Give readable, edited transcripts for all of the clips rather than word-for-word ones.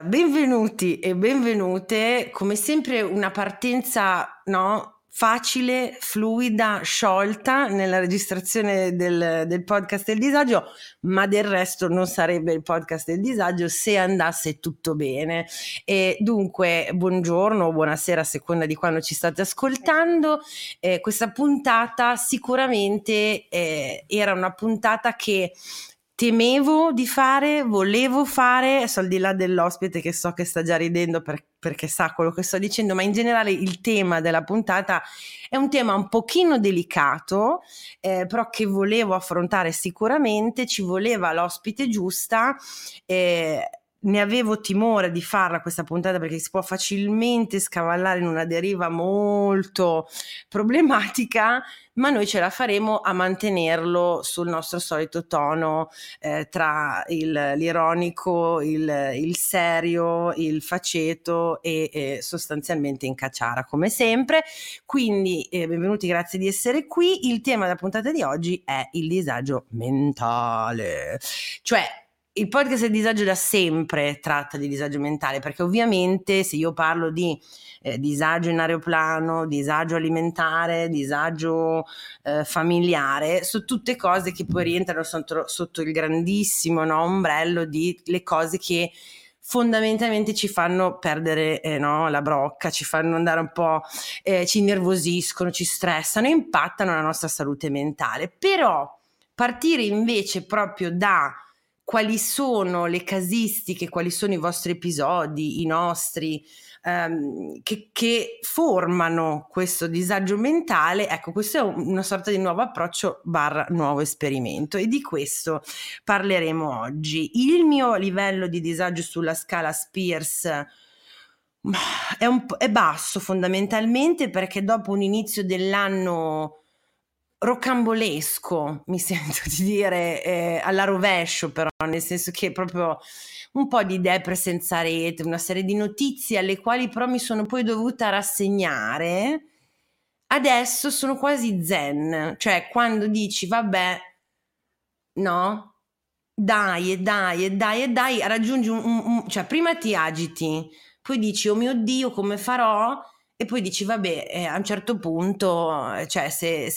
Benvenuti e benvenute, come sempre una partenza, no, facile, fluida, sciolta nella registrazione del podcast del disagio, ma del resto non sarebbe il podcast del disagio se andasse tutto bene. E dunque, buongiorno o buonasera a seconda di quando ci state ascoltando. Questa puntata sicuramente era una puntata che temevo di fare, volevo fare, adesso al di là dell'ospite che so che sta già ridendo perché sa quello che sto dicendo, ma in generale il tema della puntata è un tema un pochino delicato, però che volevo affrontare sicuramente, ci voleva l'ospite giusta, ne avevo timore di farla questa puntata perché si può facilmente scavallare in una deriva molto problematica, ma noi ce la faremo a mantenerlo sul nostro solito tono, tra l'ironico, il serio, il faceto e sostanzialmente in cacciara come sempre. Quindi benvenuti, grazie di essere qui. Il tema della puntata di oggi è il disagio mentale, cioè il podcast del disagio da sempre tratta di disagio mentale, perché ovviamente se io parlo di disagio in aeroplano, disagio alimentare, disagio familiare, sono tutte cose che poi rientrano sotto il grandissimo, no, ombrello di le cose che fondamentalmente ci fanno perdere la brocca, ci fanno andare un po', ci innervosiscono, ci stressano e impattano la nostra salute mentale. Però partire invece proprio da quali sono le casistiche, quali sono i vostri episodi, i nostri, che formano questo disagio mentale, ecco, questo è una sorta di nuovo approccio / nuovo esperimento e di questo parleremo oggi. Il mio livello di disagio sulla scala Spears è basso fondamentalmente perché dopo un inizio dell'anno rocambolesco, mi sento di dire, alla rovescio però, nel senso che proprio un po' di depre senza rete, una serie di notizie alle quali però mi sono poi dovuta rassegnare. Adesso sono quasi zen, cioè quando dici vabbè, no, dai, raggiungi cioè prima ti agiti, poi dici oh mio Dio come farò, e poi dici vabbè, a un certo punto, cioè se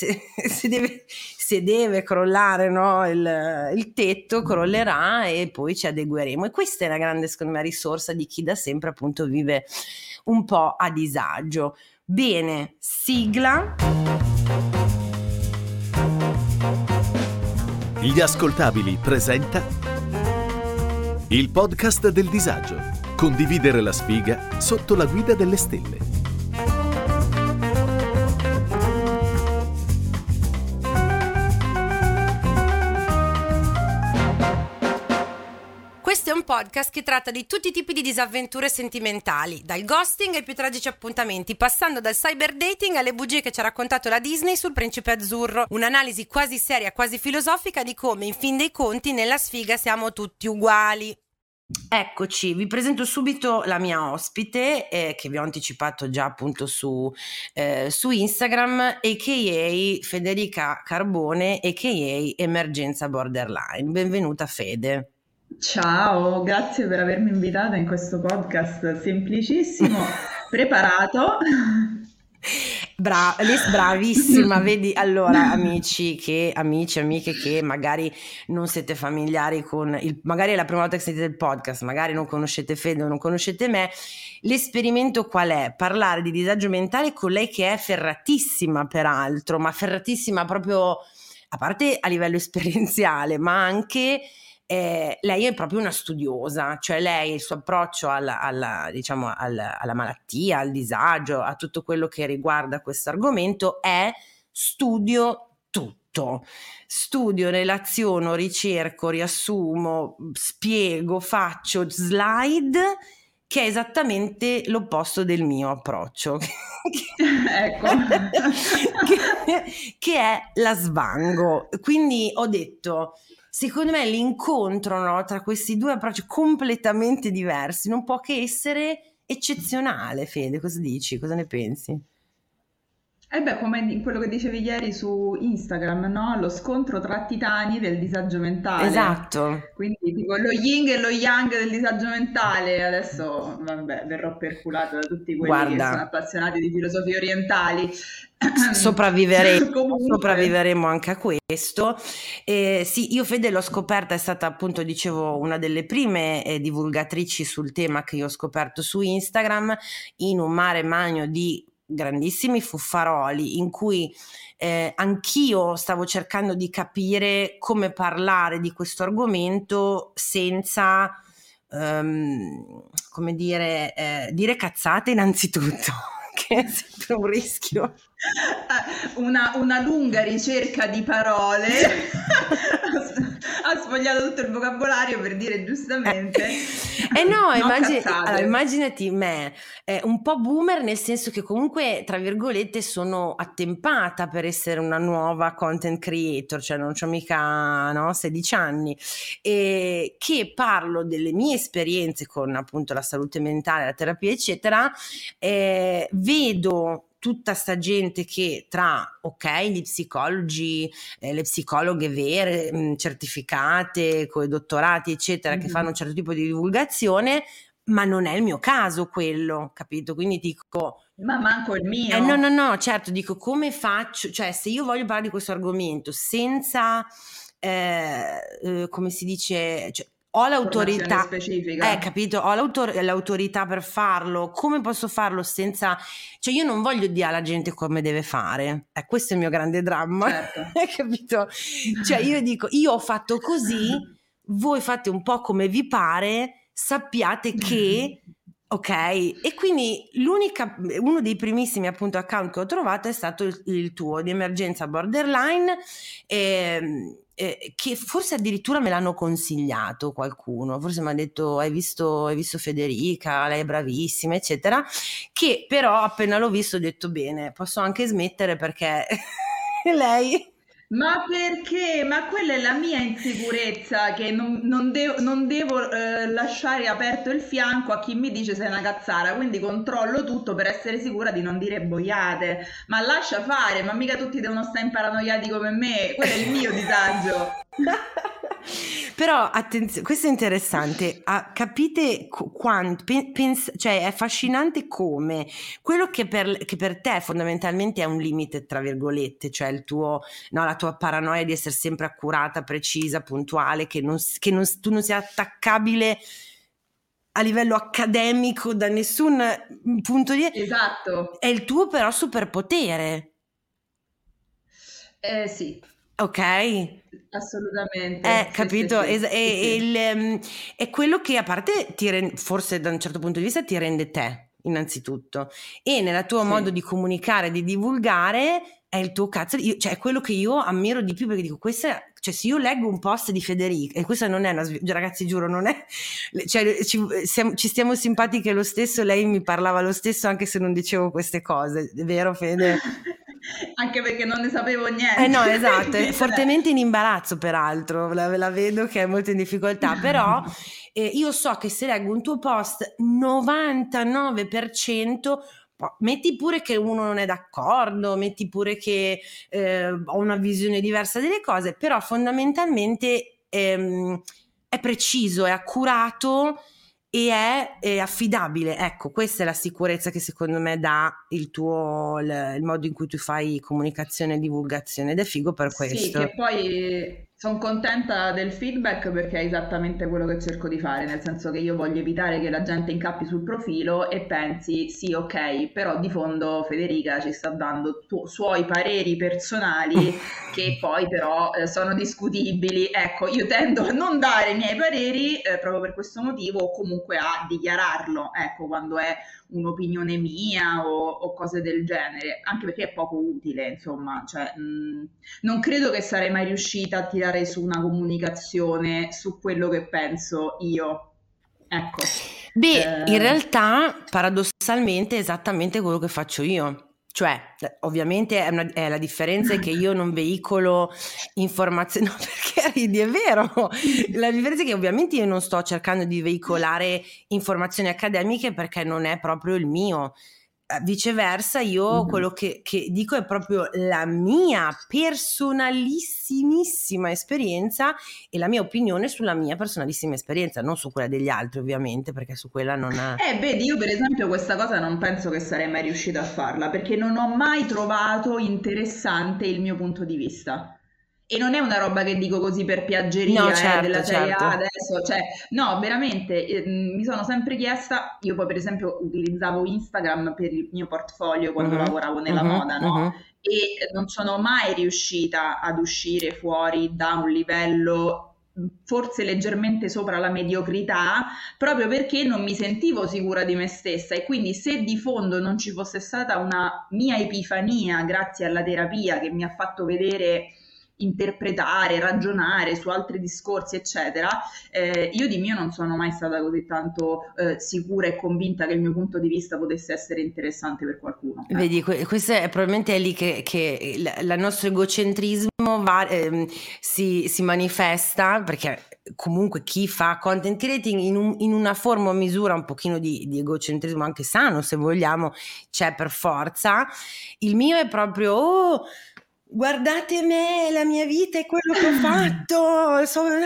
deve crollare, no, il tetto crollerà e poi ci adegueremo, e questa è la grande, secondo me, risorsa di chi da sempre appunto vive un po' a disagio. Bene, sigla. Gli Ascoltabili presenta il podcast del disagio. Condividere la sfiga sotto la guida delle stelle. Questo è un podcast che tratta di tutti i tipi di disavventure sentimentali, dal ghosting ai più tragici appuntamenti, passando dal cyberdating alle bugie che ci ha raccontato la Disney sul Principe Azzurro. Un'analisi quasi seria, quasi filosofica di come, in fin dei conti, nella sfiga siamo tutti uguali. Eccoci, vi presento subito la mia ospite, che vi ho anticipato già appunto su Instagram, a.k.a. Federica Carbone, a.k.a. Emergenza Borderline. Benvenuta Fede. Ciao, grazie per avermi invitata in questo podcast semplicissimo, preparato. Bravissima, vedi, allora amici, amiche che magari non siete familiari con magari è la prima volta che sentite il podcast, magari non conoscete Fede o non conoscete me, l'esperimento qual è? Parlare di disagio mentale con lei che è ferratissima peraltro, ma ferratissima proprio, a parte a livello esperienziale, ma anche lei è proprio una studiosa, cioè lei, il suo approccio alla malattia, al disagio, a tutto quello che riguarda questo argomento è studio tutto. Studio, relaziono, ricerco, riassumo, spiego, faccio slide, che è esattamente l'opposto del mio approccio, Ecco. che è la svango. Quindi ho detto, secondo me l'incontro, no, tra questi due approcci completamente diversi non può che essere eccezionale. Fede, cosa dici? Cosa ne pensi? E beh, come quello che dicevi ieri su Instagram, no? Lo scontro tra titani del disagio mentale. Esatto. Quindi tipo lo yin e lo yang del disagio mentale. Adesso, vabbè, verrò perculata da tutti quelli che sono Guarda, appassionati di filosofie orientali. sopravviveremo, Comunque, sopravviveremo anche a questo. Sì, io Fede l'ho scoperta, è stata appunto, dicevo, una delle prime divulgatrici sul tema che io ho scoperto su Instagram, in un mare magno di grandissimi fuffaroli, in cui anch'io stavo cercando di capire come parlare di questo argomento senza, come dire cazzate innanzitutto, che è sempre un rischio. una lunga ricerca di parole ha sfogliato tutto il vocabolario per dire giustamente No, no allora, cazzate. immaginati me, un po' boomer, nel senso che comunque, tra virgolette, sono attempata per essere una nuova content creator, cioè non c'ho mica, no, 16 anni, e che parlo delle mie esperienze con appunto la salute mentale, la terapia, eccetera. Vedo tutta sta gente che tra, ok, gli psicologi, le psicologhe vere, certificate, con i dottorati, eccetera, che fanno un certo tipo di divulgazione, ma non è il mio caso quello, capito? Quindi dico, Ma manco il no, mio. certo, dico come faccio, cioè se io voglio parlare di questo argomento senza, come si dice, cioè, ho Formazione l'autorità, specifica. capito, ho l'autorità per farlo, come posso farlo senza, cioè io non voglio dire alla gente come deve fare, questo è il mio grande dramma, Certo. capito? Cioè io dico, io ho fatto così, voi fate un po' come vi pare, sappiate che, ok, e quindi uno dei primissimi appunto account che ho trovato è stato il tuo di Emergenza Borderline, che forse addirittura me l'hanno consigliato qualcuno, forse mi ha detto hai visto Federica, lei è bravissima, eccetera, che però appena l'ho visto ho detto bene, posso anche smettere perché lei... Ma perché? Ma quella è la mia insicurezza, che non devo lasciare aperto il fianco a chi mi dice sei una cazzara, quindi controllo tutto per essere sicura di non dire boiate. Ma lascia fare, ma mica tutti devono stare imparanoiati come me, quello è il mio disagio. Però attenzione, questo è interessante. Capite cioè è affascinante come quello che per te fondamentalmente è un limite, tra virgolette, cioè il tuo, no, la tua paranoia di essere sempre accurata, precisa, puntuale, che tu non sia attaccabile a livello accademico da nessun punto di... Esatto. È il tuo però superpotere, Sì, ok? assolutamente. Sì, sì, Capito? sì, sì, sì. È quello che a parte forse da un certo punto di vista ti rende te, innanzitutto, e nel tuo modo di Sì. comunicare, di divulgare, è il tuo cazzo, cioè è quello che io ammiro di più, perché dico, cioè se io leggo un post di Federica, e questa non è ragazzi giuro, non è, cioè ci stiamo simpatiche lo stesso, lei mi parlava lo stesso anche se non dicevo queste cose, è vero Fede? Anche perché non ne sapevo niente, No, esatto, è quindi fortemente in imbarazzo peraltro, la vedo che è molto in difficoltà, però io so che se leggo un tuo post 99%, metti pure che uno non è d'accordo, metti pure che ho una visione diversa delle cose, però fondamentalmente è preciso, è accurato e è affidabile. Ecco, questa è la sicurezza che secondo me dà il modo in cui tu fai comunicazione e divulgazione, ed è figo per sì, questo. che poi sono contenta del feedback perché è esattamente quello che cerco di fare, nel senso che io voglio evitare che la gente incappi sul profilo e pensi, sì, ok, però di fondo Federica ci sta dando suoi pareri personali che poi però sono discutibili. Ecco, io tendo a non dare i miei pareri proprio per questo motivo o comunque a dichiararlo, ecco, quando è un'opinione mia o cose del genere, anche perché è poco utile, insomma, cioè, non credo che sarei mai riuscita a tirare su una comunicazione su quello che penso io. Ecco. Beh, in Eh, realtà paradossalmente è esattamente quello che faccio io. Cioè, ovviamente la differenza è che io non veicolo informazioni, no, perché ridi, è vero. La differenza è che ovviamente io non sto cercando di veicolare informazioni accademiche perché non è proprio il mio. viceversa io quello che dico è proprio la mia personalissimissima esperienza e la mia opinione sulla mia personalissima esperienza, non su quella degli altri ovviamente, perché su quella non ha... Vedi, io per esempio questa cosa non penso che sarei mai riuscita a farla, perché non ho mai trovato interessante il mio punto di vista. E non è una roba che dico così per No, piaggeria, certo, della serie certo. adesso, cioè, no, veramente, mi sono sempre chiesta, io poi per esempio utilizzavo Instagram per il mio portfolio quando lavoravo nella moda, no? E non sono mai riuscita ad uscire fuori da un livello forse leggermente sopra la mediocrità, proprio perché non mi sentivo sicura di me stessa e quindi se di fondo non ci fosse stata una mia epifania grazie alla terapia che mi ha fatto vedere, interpretare, ragionare su altri discorsi, eccetera, io di mio non sono mai stata così tanto sicura e convinta che il mio punto di vista potesse essere interessante per qualcuno. Vedi, questo è probabilmente lì che il nostro egocentrismo si manifesta, perché comunque chi fa content creating in una forma o misura un pochino di egocentrismo anche sano, se vogliamo, c'è per forza. Il mio è proprio guardate me, la mia vita è quello che ho fatto,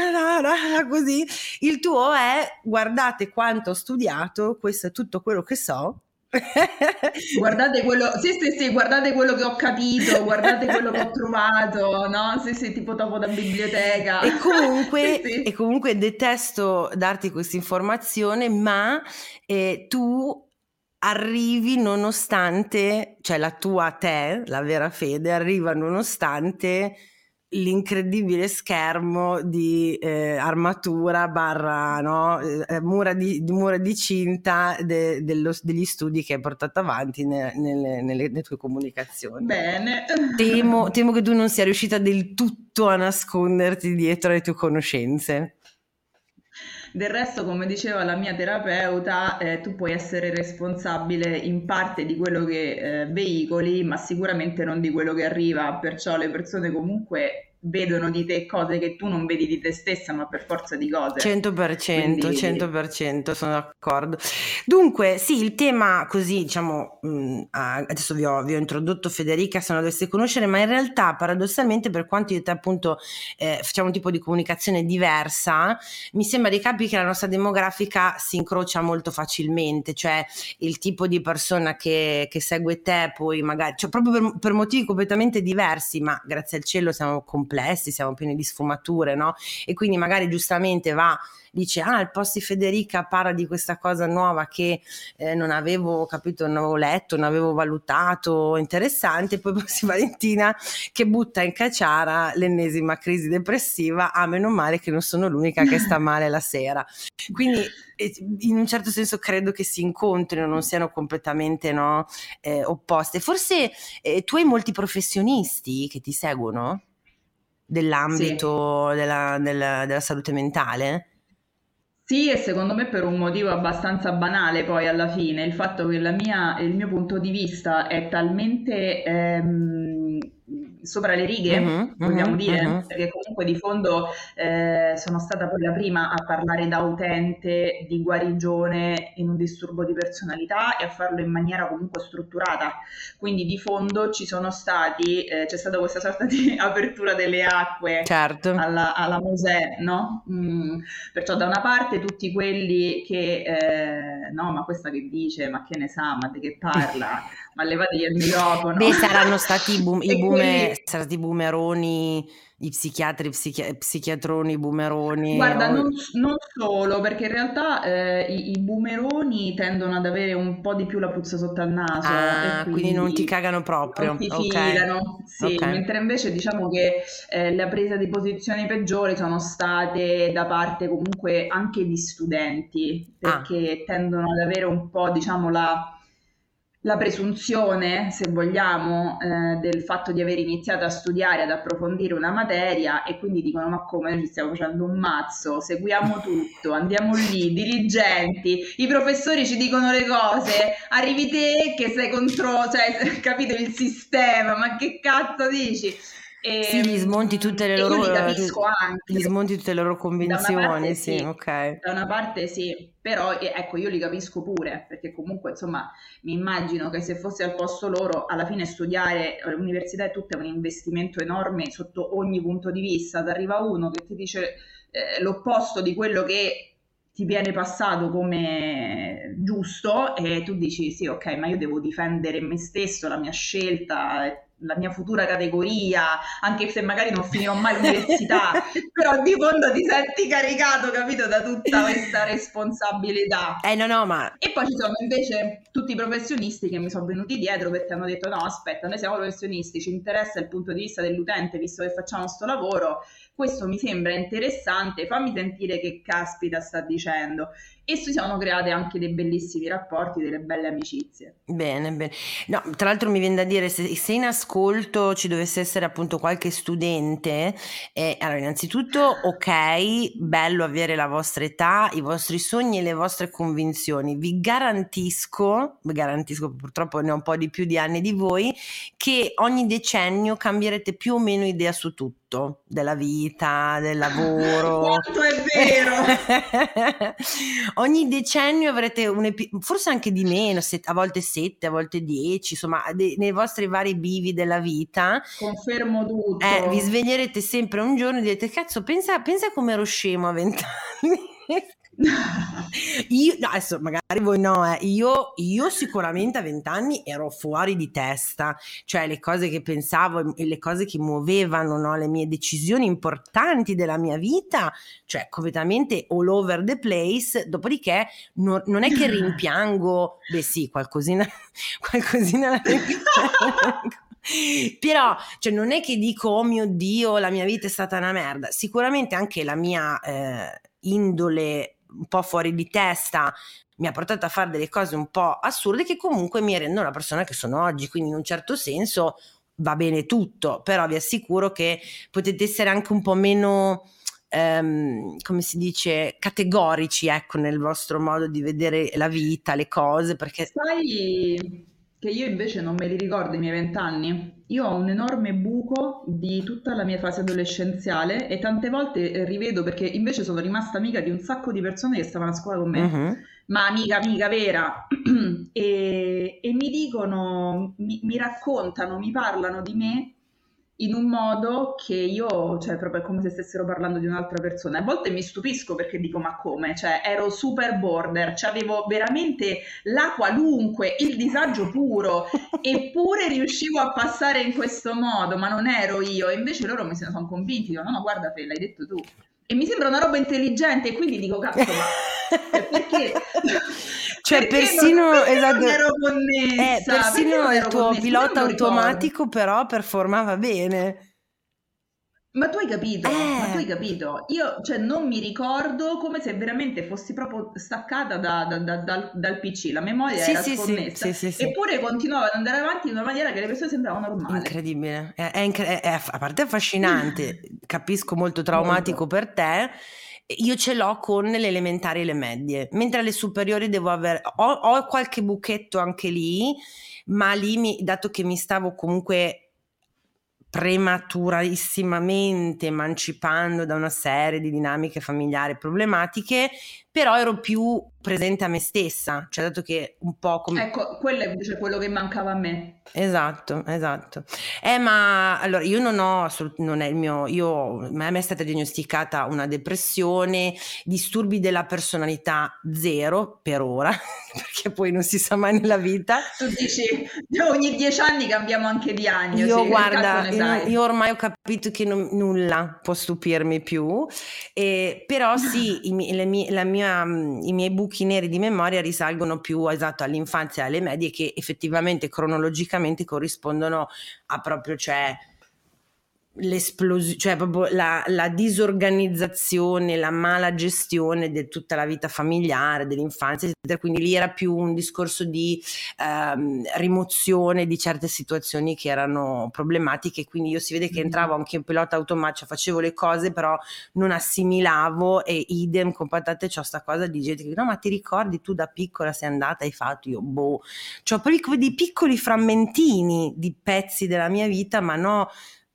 così. Il tuo è guardate quanto ho studiato, questo è tutto quello che so. Guardate quello, sì, guardate quello che ho capito, guardate quello che ho trovato, no? Sì, tipo dopo da biblioteca. E comunque, Sì. e comunque detesto darti questa informazione, ma tu arrivi nonostante, cioè la tua te, la vera Fede, arriva nonostante l'incredibile schermo di armatura barra mura di cinta degli studi che hai portato avanti nelle tue comunicazioni. Bene. Temo che tu non sia riuscita del tutto a nasconderti dietro le tue conoscenze. Del resto, come diceva la mia terapeuta, tu puoi essere responsabile in parte di quello che veicoli, ma sicuramente non di quello che arriva, perciò le persone comunque vedono di te cose che tu non vedi di te stessa, ma per forza di cose. 100%, Quindi 100%, sono d'accordo. Dunque, sì, il tema così, diciamo, adesso vi ho introdotto Federica, se non la doveste conoscere, ma in realtà paradossalmente per quanto io e te appunto facciamo un tipo di comunicazione diversa, mi sembra di capire che la nostra demografica si incrocia molto facilmente, cioè il tipo di persona che segue te poi magari, cioè proprio per motivi completamente diversi, ma grazie al cielo siamo complessi, siamo pieni di sfumature, no? E quindi magari giustamente dice al posto di Federica parla di questa cosa nuova che non avevo capito, non avevo letto, non avevo valutato, interessante, poi si Valentina che butta in caciara l'ennesima crisi depressiva, meno male che non sono l'unica che sta male la sera. Quindi in un certo senso credo che si incontrino, non siano completamente opposte. Forse tu hai molti professionisti che ti seguono dell'ambito della salute mentale? Sì, e secondo me per un motivo abbastanza banale poi alla fine, il fatto che il mio punto di vista è talmente sopra le righe, vogliamo dire, perché comunque di fondo sono stata poi la prima a parlare da utente di guarigione in un disturbo di personalità e a farlo in maniera comunque strutturata, quindi di fondo c'è stata questa sorta di apertura delle acque, certo, alla Mosè, no? Perciò da una parte tutti quelli che no, ma questa che dice, ma che ne sa, ma di che parla, ma levategli il microfono. Beh, saranno stati quelli... i boomeroni, i psichiatri, psichiatroni, boomeroni. Guarda, non solo, perché in realtà i boomeroni tendono ad avere un po' di più la puzza sotto al naso e quindi non ti cagano non proprio. si Okay. filano, sì, Okay. mentre invece diciamo che la presa di posizioni peggiori sono state da parte comunque anche di studenti, perché tendono ad avere un po', diciamo, la presunzione, se vogliamo, del fatto di aver iniziato a studiare, ad approfondire una materia e quindi dicono ma come noi ci stiamo facendo un mazzo, seguiamo tutto, andiamo lì, diligenti, i professori ci dicono le cose, arrivi te che sei contro, cioè capito il sistema, ma che cazzo dici? Sì, gli smonti tutte le e io loro, li capisco gli anche. smonti tutte le loro Da una convinzioni, parte sì, sì, ok. da una parte sì, però ecco, io li capisco pure, perché comunque insomma mi immagino che se fosse al posto loro, alla fine studiare all'università è tutto un investimento enorme sotto ogni punto di vista. Ti arriva uno che ti dice l'opposto di quello che ti viene passato come giusto e tu dici sì, ok, ma io devo difendere me stesso, la mia scelta, la mia futura categoria, anche se magari non finirò mai l'università, però di fondo ti senti caricato, capito, da tutta questa responsabilità. No, ma E poi ci sono invece tutti i professionisti che mi sono venuti dietro perché hanno detto no, aspetta, noi siamo professionisti, ci interessa il punto di vista dell'utente visto che facciamo sto lavoro, questo mi sembra interessante, fammi sentire che caspita sta dicendo. E si sono create anche dei bellissimi rapporti, delle belle amicizie. bene, bene. No, tra l'altro mi viene da dire, se in ascolto ci dovesse essere appunto qualche studente, allora innanzitutto ok, bello avere la vostra età, i vostri sogni e le vostre convinzioni. Vi garantisco, purtroppo ne ho un po' di più di anni di voi, che ogni decennio cambierete più o meno idea su tutto, della vita, del lavoro. Quanto è vero! Ogni decennio avrete forse anche di meno, a volte 7, a volte 10, insomma, nei vostri vari bivi della vita. Confermo tutto. Vi sveglierete sempre un giorno e direte, cazzo, pensa come ero scemo a 20 anni. Io, no, adesso magari voi no, io sicuramente a 20 anni ero fuori di testa, cioè le cose che pensavo e le cose che muovevano, no, le mie decisioni importanti della mia vita, cioè completamente all over the place. Dopodiché non è che rimpiango, beh sì, qualcosina la rimpiango. Però cioè, non è che dico oh mio Dio la mia vita è stata una merda, sicuramente anche la mia indole un po' fuori di testa mi ha portato a fare delle cose un po' assurde che comunque mi rendono la persona che sono oggi, quindi in un certo senso va bene tutto, però vi assicuro che potete essere anche un po' meno come si dice, categorici, ecco, nel vostro modo di vedere la vita, le cose, perché Sai che io invece non me li ricordo i miei 20 anni? Io ho un enorme buco di tutta la mia fase adolescenziale e tante volte rivedo perché invece sono rimasta amica di un sacco di persone che stavano a scuola con me, ma amica vera, e mi dicono, mi raccontano, mi parlano di me in un modo che io, cioè proprio è come se stessero parlando di un'altra persona. A volte mi stupisco perché dico ma come? Cioè ero super border, cioè avevo veramente la qualunque, il disagio puro, eppure riuscivo a passare in questo modo, ma non ero io. E invece loro mi sono convinti, dicono no, no, guarda Fe, l'hai detto tu. E mi sembra una roba intelligente e quindi dico cazzo, ma perché? Cioè Perché persino non esatto, ero connessa? persino il tuo connessa? pilota Non lo ricordo. automatico però performava bene. Ma tu hai capito? Ma tu hai capito? Io, cioè, non mi ricordo come se veramente fossi proprio staccata dal PC, la memoria Sì, era sì, sconnessa, sì. eppure continuavo ad andare avanti in una maniera che le persone sembravano normali. Incredibile, a parte affascinante, capisco molto Molto. traumatico per te. Io ce l'ho con le elementari e le medie, mentre alle superiori devo avere, ho qualche buchetto anche lì, ma lì dato che mi stavo comunque prematurissimamente emancipando da una serie di dinamiche familiari problematiche, però ero più presente a me stessa, cioè dato che un po' come... Ecco, quello è invece quello che mancava a me. Esatto. Ma allora io non ho non è il mio, a me è stata diagnosticata una depressione, disturbi della personalità 0 per ora, perché poi non si sa mai nella vita. Tu dici, ogni 10 anni cambiamo anche diagnosi, Io che guarda, cazzo ne sai? io ormai ho capito che nulla può stupirmi più, però sì, i miei buchi neri di memoria risalgono più esatto all'infanzia e alle medie, che effettivamente cronologicamente corrispondono a proprio, cioè l'esplosione, cioè proprio la disorganizzazione, la mala gestione di tutta la vita familiare, dell'infanzia, eccetera. Quindi lì era più un discorso di rimozione di certe situazioni che erano problematiche, quindi io si vede che entravo anche in pilota automatico, facevo le cose però non assimilavo, e idem con patate c'ho sta cosa di gente che no ma ti ricordi tu da piccola sei andata, hai fatto, io boh, c'ho proprio dei piccoli frammentini di pezzi della mia vita, ma no,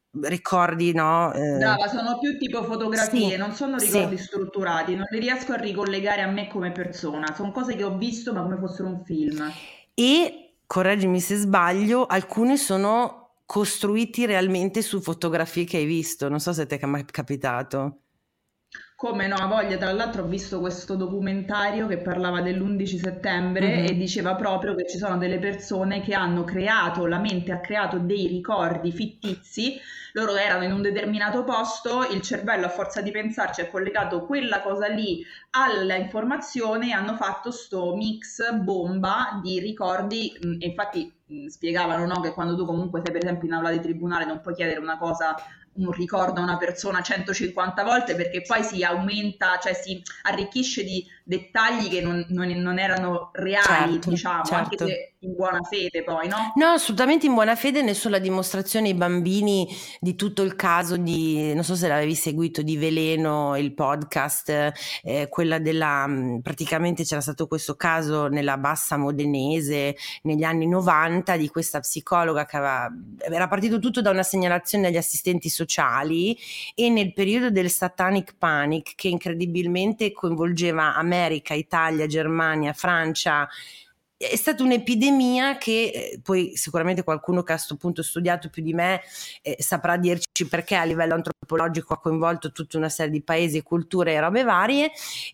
ricordi, no? Brava, sono più tipo fotografie, Sì, non sono sì. ricordi strutturati, non li riesco a ricollegare a me come persona, sono cose che ho visto ma come fossero un film. E, correggimi se sbaglio, alcuni sono costruiti realmente su fotografie che hai visto, non so se ti è mai capitato. Come no, ha voglia, tra l'altro ho visto questo documentario che parlava dell'11 settembre e Mhm. diceva proprio che ci sono delle persone che hanno creato, la mente ha creato dei ricordi fittizi, loro erano in un determinato posto, il cervello a forza di pensarci ha collegato quella cosa lì alla informazione e hanno fatto sto mix bomba di ricordi, e infatti spiegavano, no, che quando tu comunque sei per esempio in aula di tribunale non puoi chiedere una cosa, un ricordo a una persona 150 volte perché poi si aumenta, cioè si arricchisce di dettagli che non erano reali, Certo, diciamo, anche certo. se in buona fede poi, no? No, assolutamente in buona fede, ne so la dimostrazione ai bambini di tutto il caso di, non so se l'avevi seguito, di Veleno, il podcast, quella della, praticamente c'era stato questo caso nella Bassa Modenese negli anni 90 di questa psicologa che era partito tutto da una segnalazione agli assistenti sociali e nel periodo del Satanic Panic, che incredibilmente coinvolgeva America, Italia, Germania, Francia, è stata un'epidemia che poi sicuramente qualcuno che a questo punto studiato più di me saprà dirci perché a livello antropologico ha coinvolto tutta una serie di paesi, culture e robe varie,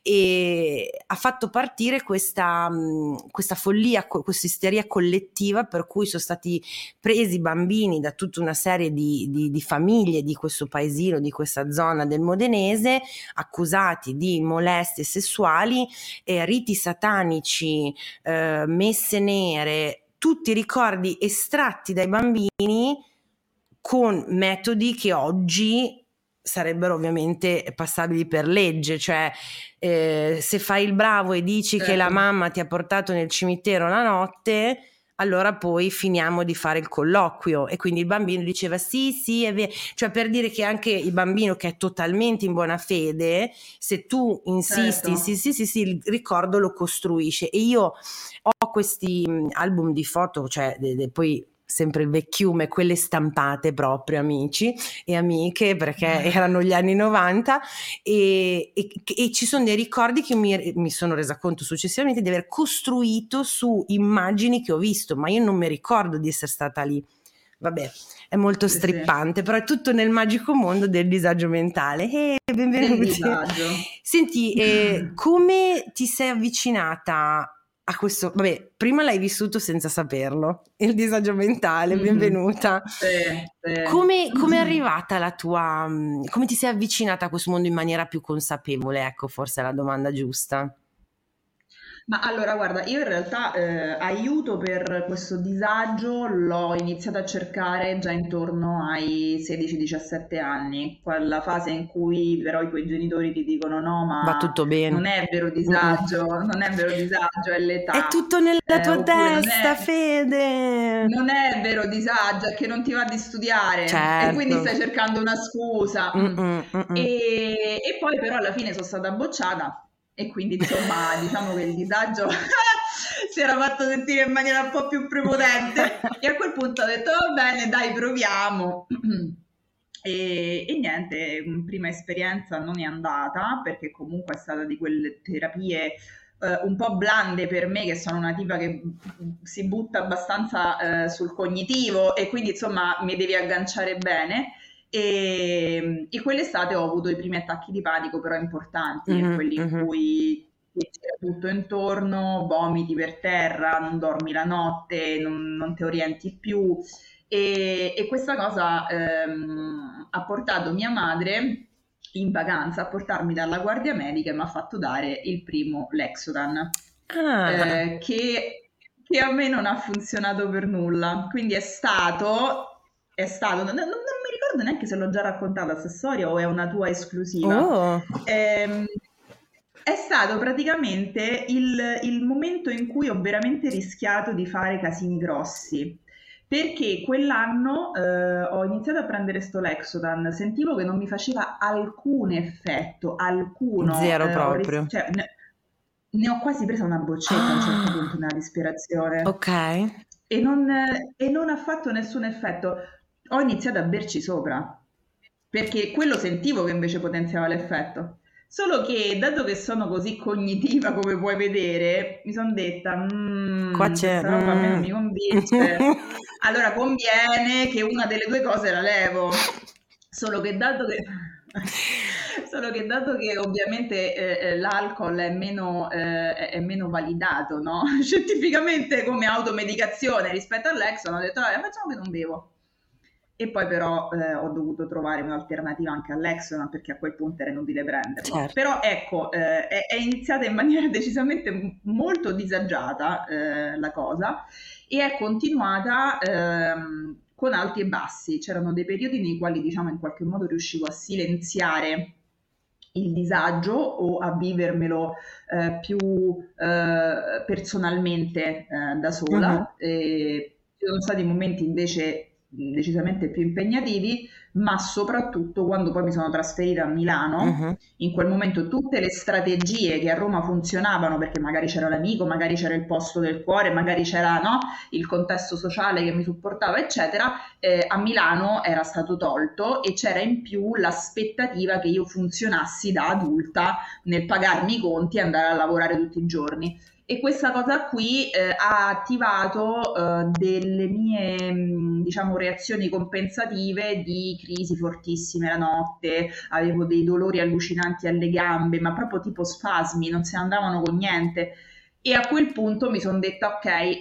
e ha fatto partire questa follia, questa isteria collettiva per cui sono stati presi bambini da tutta una serie di famiglie di questo paesino, di questa zona del Modenese, accusati di molestie sessuali, riti satanici, messe nere, tutti ricordi estratti dai bambini con metodi che oggi sarebbero ovviamente passabili per legge, cioè se fai il bravo e dici che la Certo. mamma ti ha portato nel cimitero la notte, allora poi finiamo di fare il colloquio, e quindi il bambino diceva sì, è vero, cioè per dire che anche il bambino che è totalmente in buona fede, se tu insisti, Certo. sì, il ricordo lo costruisce. E io ho questi album di foto, cioè poi sempre il vecchiume, quelle stampate proprio, amici e amiche, perché erano gli anni 90, e ci sono dei ricordi che mi sono resa conto successivamente di aver costruito su immagini che ho visto, ma io non mi ricordo di essere stata lì. Vabbè, è molto Sì, sì. strippante, però è tutto nel magico mondo del disagio mentale. Del Benvenuti. disagio. Senti, come ti sei avvicinata a questo? Vabbè, prima l'hai vissuto senza saperlo, il disagio mentale, benvenuta. Sì, sì. Come è arrivata la tua, come ti sei avvicinata a questo mondo in maniera più consapevole? Ecco, forse è la domanda giusta. Ma allora, guarda, io in realtà aiuto per questo disagio l'ho iniziato a cercare già intorno ai 16-17 anni, quella fase in cui però i tuoi genitori ti dicono no, Va ma tutto bene. non è vero disagio, non è vero disagio, è l'età. È tutto nella tua Oppure testa, Fede. non è vero disagio, è che non ti va di studiare e quindi Certo. stai cercando una scusa. E poi però alla fine sono stata bocciata. E quindi insomma diciamo che il disagio si era fatto sentire in maniera un po' più prepotente e a quel punto ho detto va bene, dai, proviamo. E niente, prima esperienza non è andata perché comunque è stata di quelle terapie un po' blande per me, che sono una tipa che si butta abbastanza sul cognitivo e quindi insomma mi devi agganciare bene. E quell'estate ho avuto i primi attacchi di panico però importanti, quelli in cui ti gira tutto intorno, vomiti per terra, non dormi la notte, non ti orienti più e questa cosa ha portato mia madre in vacanza a portarmi dalla guardia medica e mi ha fatto dare il primo Lexotan, che a me non ha funzionato per nulla, quindi è stato non mi ricordo neanche se l'ho già raccontata questa storia o è una tua esclusiva. È stato praticamente il momento in cui ho veramente rischiato di fare casini grossi, perché quell'anno ho iniziato a prendere sto Lexotan, sentivo che non mi faceva alcun effetto, alcuno. Zero proprio. Cioè, ne ho quasi presa una boccetta a un certo punto nella disperazione. Ok. E non ha fatto nessun effetto. ho iniziato a berci sopra, perché quello sentivo che invece potenziava l'effetto. Solo che, dato che sono così cognitiva, come puoi vedere, mi sono detta, Qua c'è... questa roba a me non mi convince. Allora conviene che una delle due cose la levo. Solo che dato che, solo che dato che ovviamente l'alcol è meno validato, no? Scientificamente come automedicazione rispetto all'Exxon, ho detto, facciamo che non bevo. E poi però ho dovuto trovare un'alternativa anche all'Exxon perché a quel punto era inutile prenderlo. Certo. Però ecco, è iniziata in maniera decisamente molto disagiata la cosa e è continuata con alti e bassi. C'erano dei periodi nei quali, diciamo, in qualche modo riuscivo a silenziare il disagio o a vivermelo più personalmente da sola. Ci sono stati momenti invece decisamente più impegnativi, ma soprattutto quando poi mi sono trasferita a Milano, in quel momento tutte le strategie che a Roma funzionavano, perché magari c'era l'amico, magari c'era il posto del cuore, magari c'era, no, il contesto sociale che mi supportava, eccetera, a Milano era stato tolto e c'era in più l'aspettativa che io funzionassi da adulta nel pagarmi i conti e andare a lavorare tutti i giorni. E questa cosa qui ha attivato delle mie, diciamo, reazioni compensative di crisi fortissime la notte, avevo dei dolori allucinanti alle gambe, ma proprio tipo spasmi, non se ne andavano con niente. E a quel punto mi sono detta, ok,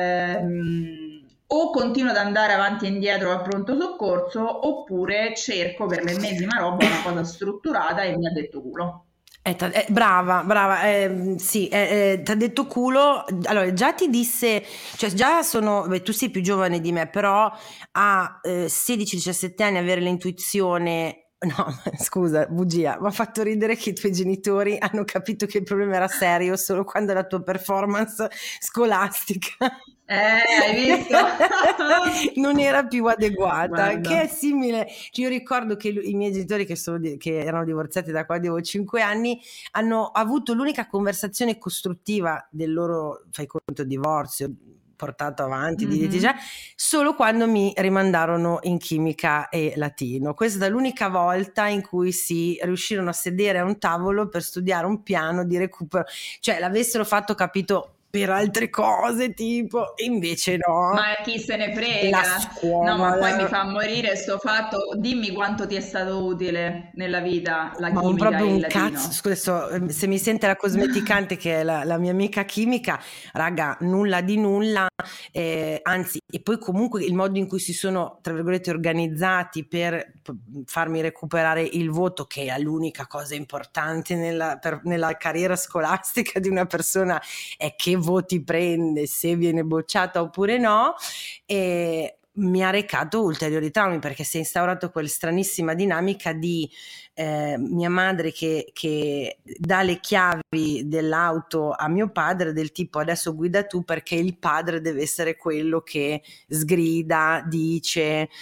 o continuo ad andare avanti e indietro al pronto soccorso, oppure cerco per l'ennesima roba una cosa strutturata e mi ha detto culo. Brava, sì, ti ha detto culo. Allora, già ti disse, cioè già sono, tu sei più giovane di me, però a 16-17 anni avere l'intuizione, no, scusa, bugia, mi ha fatto ridere che i tuoi genitori hanno capito che il problema era serio solo quando la tua performance scolastica hai visto? non era più adeguata. Guarda. Che è simile, cioè, io ricordo che i miei genitori che erano divorziati da quando avevo 5 anni hanno avuto l'unica conversazione costruttiva del loro, fai conto, divorzio portato avanti di litigia solo quando mi rimandarono in chimica e latino. Questa è l'unica volta in cui si riuscirono a sedere a un tavolo per studiare un piano di recupero, cioè l'avessero fatto, capito, per altre cose, tipo, invece no. Ma chi se ne frega? La scuola. No, ma poi mi fa morire sto fatto. Dimmi quanto ti è stato utile nella vita la Ma chimica proprio e un il latino. cazzo, scusa, se mi sente la cosmeticante che è la mia amica chimica, raga, nulla di nulla, anzi, e poi comunque il modo in cui si sono, tra virgolette, organizzati per farmi recuperare il voto, che è l'unica cosa importante nella carriera scolastica di una persona, è che voti prende, se viene bocciata oppure no, e mi ha recato ulteriori traumi, perché si è instaurato quella stranissima dinamica di mia madre che dà le chiavi dell'auto a mio padre, del tipo adesso guida tu, perché il padre deve essere quello che sgrida, dice,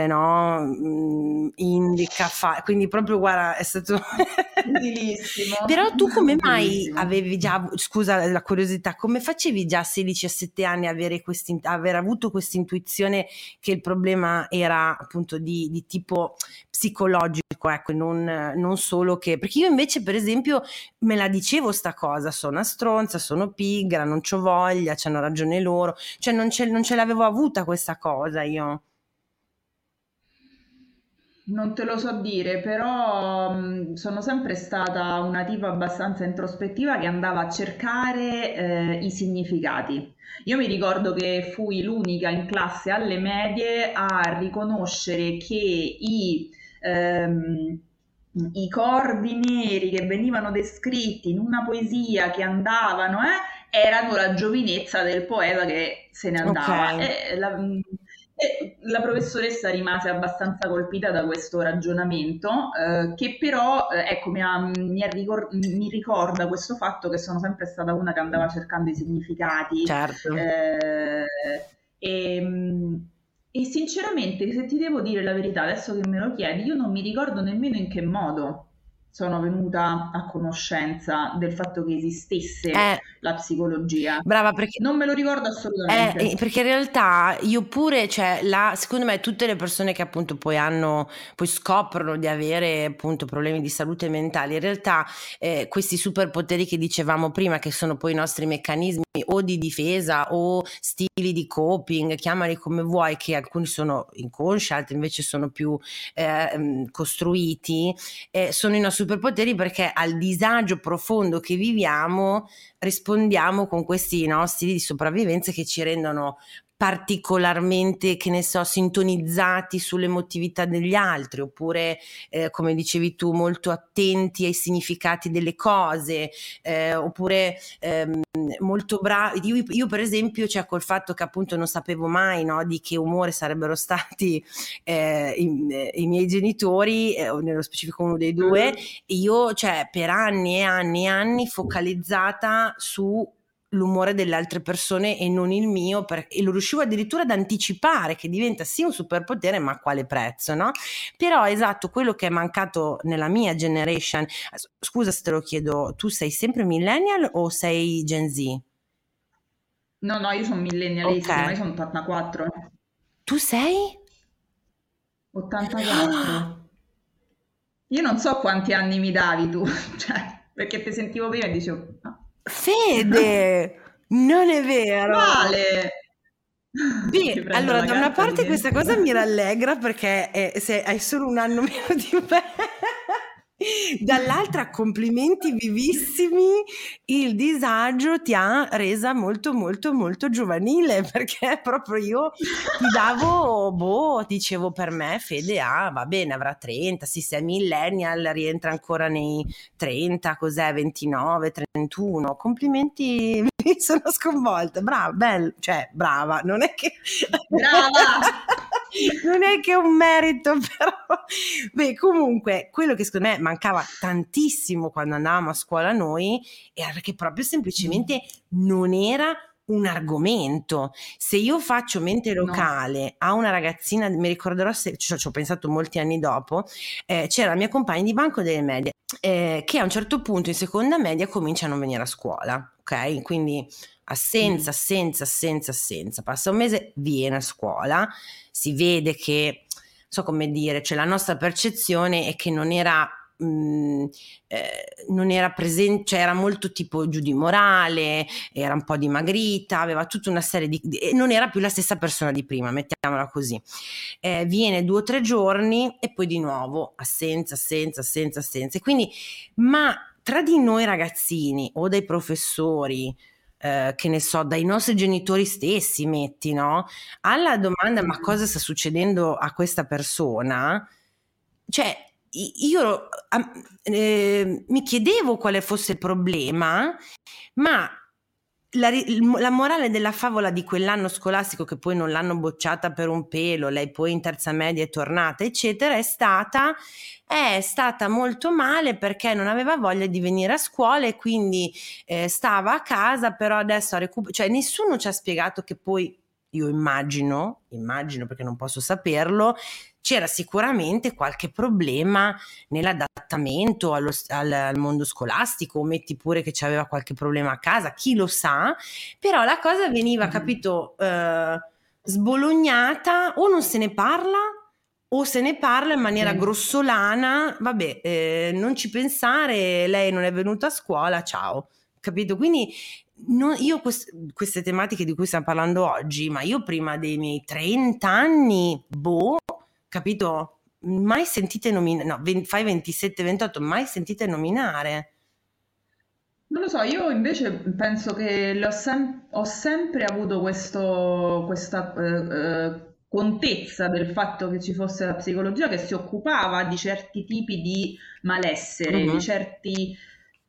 no, indica, fa, quindi proprio guarda, è stato utilissimo. Però tu come mai avevi già, scusa la curiosità, come facevi già a 16-17 anni aver avuto questa intuizione che il problema era appunto di tipo psicologico, ecco, non solo che, perché io invece per esempio me la dicevo sta cosa, sono una stronza, sono pigra, non c'ho voglia, c'hanno ragione loro, cioè non ce l'avevo avuta questa cosa io. Non te lo so dire, però sono sempre stata una tipa abbastanza introspettiva che andava a cercare i significati. Io mi ricordo che fui l'unica in classe alle medie a riconoscere che i corvi neri che venivano descritti in una poesia che andavano, erano la giovinezza del poeta che se ne andava. Ok. E la professoressa rimase abbastanza colpita da questo ragionamento, che però ecco, mi ricorda questo fatto che sono sempre stata una che andava cercando i significati. Certo. E sinceramente, se ti devo dire la verità, adesso che me lo chiedi, io non mi ricordo nemmeno in che modo sono venuta a conoscenza del fatto che esistesse la psicologia. Brava, perché non me lo ricordo assolutamente. Perché in realtà io pure, cioè, secondo me tutte le persone che appunto poi scoprono di avere appunto problemi di salute mentale, in realtà questi superpoteri che dicevamo prima, che sono poi i nostri meccanismi o di difesa o stili di coping, chiamali come vuoi, che alcuni sono inconsci, altri invece sono più costruiti, sono i nostri superpoteri, perché al disagio profondo che viviamo rispondiamo con questi stili di sopravvivenza che ci rendono particolarmente, che ne so, sintonizzati sull'emotività degli altri, oppure come dicevi tu, molto attenti ai significati delle cose, oppure molto bravi. Io per esempio, cioè, col fatto che appunto non sapevo mai, no, di che umore sarebbero stati i miei genitori, nello specifico uno dei due, io, cioè, per anni e anni e anni focalizzata su l'umore delle altre persone e non il mio, e lo riuscivo addirittura ad anticipare, che diventa sì un superpotere, ma a quale prezzo, no? Però esatto, quello che è mancato nella mia generation. Scusa se te lo chiedo, tu sei sempre millennial o sei Gen Z? No, io sono millennialissima, Ok. io sono 84. Tu sei? 84. Io non so quanti anni mi davi tu, cioè, perché ti sentivo prima e dicevo... Fede, non è vero. Vale! Beh, allora da una parte questa cosa mi rallegra, perché se hai solo un anno meno di me, dall'altra complimenti vivissimi, il disagio ti ha resa molto molto molto giovanile, perché proprio io ti davo, dicevo, per me Fede va bene, avrà 30, sì, se è millennial rientra ancora nei 30, cos'è, 29, 31, complimenti, mi sono sconvolta, brava, bello, cioè brava, non è che... Brava! Non è che è un merito, però beh, comunque quello che secondo me mancava tantissimo quando andavamo a scuola noi era che proprio semplicemente non era un argomento. Se io faccio mente locale a una ragazzina, mi ricorderò, ci ho pensato molti anni dopo, c'era la mia compagna di banco delle medie, che a un certo punto in seconda media comincia a non venire a scuola, ok? Quindi assenza, passa un mese, viene a scuola, si vede che, non so come dire, cioè la nostra percezione è che non era presente, cioè era molto tipo giù di morale, era un po' dimagrita, aveva tutta una serie non era più la stessa persona di prima, mettiamola così. Viene 2 o 3 giorni e poi di nuovo assenza, e quindi, ma tra di noi ragazzini o dai professori, che ne so, dai nostri genitori stessi, metti, no? Alla domanda ma cosa sta succedendo a questa persona, cioè io mi chiedevo quale fosse il problema, ma la morale della favola di quell'anno scolastico, che poi non l'hanno bocciata per un pelo, lei poi in terza media è tornata eccetera, è stata molto male perché non aveva voglia di venire a scuola e quindi stava a casa, però adesso cioè nessuno ci ha spiegato che poi, io immagino perché non posso saperlo, c'era sicuramente qualche problema nell'adattamento al mondo scolastico, o metti pure che c'aveva qualche problema a casa, chi lo sa, però la cosa veniva, capito, sbolognata, o non se ne parla o se ne parla in maniera grossolana, vabbè, non ci pensare, lei non è venuta a scuola, ciao, capito? Quindi io queste tematiche di cui stiamo parlando oggi, ma io prima dei miei 30 anni, capito? Mai sentite nominare, no, fai 27-28, mai sentite nominare? Non lo so, io invece penso che ho sempre avuto questa contezza del fatto che ci fosse la psicologia che si occupava di certi tipi di malessere, di certi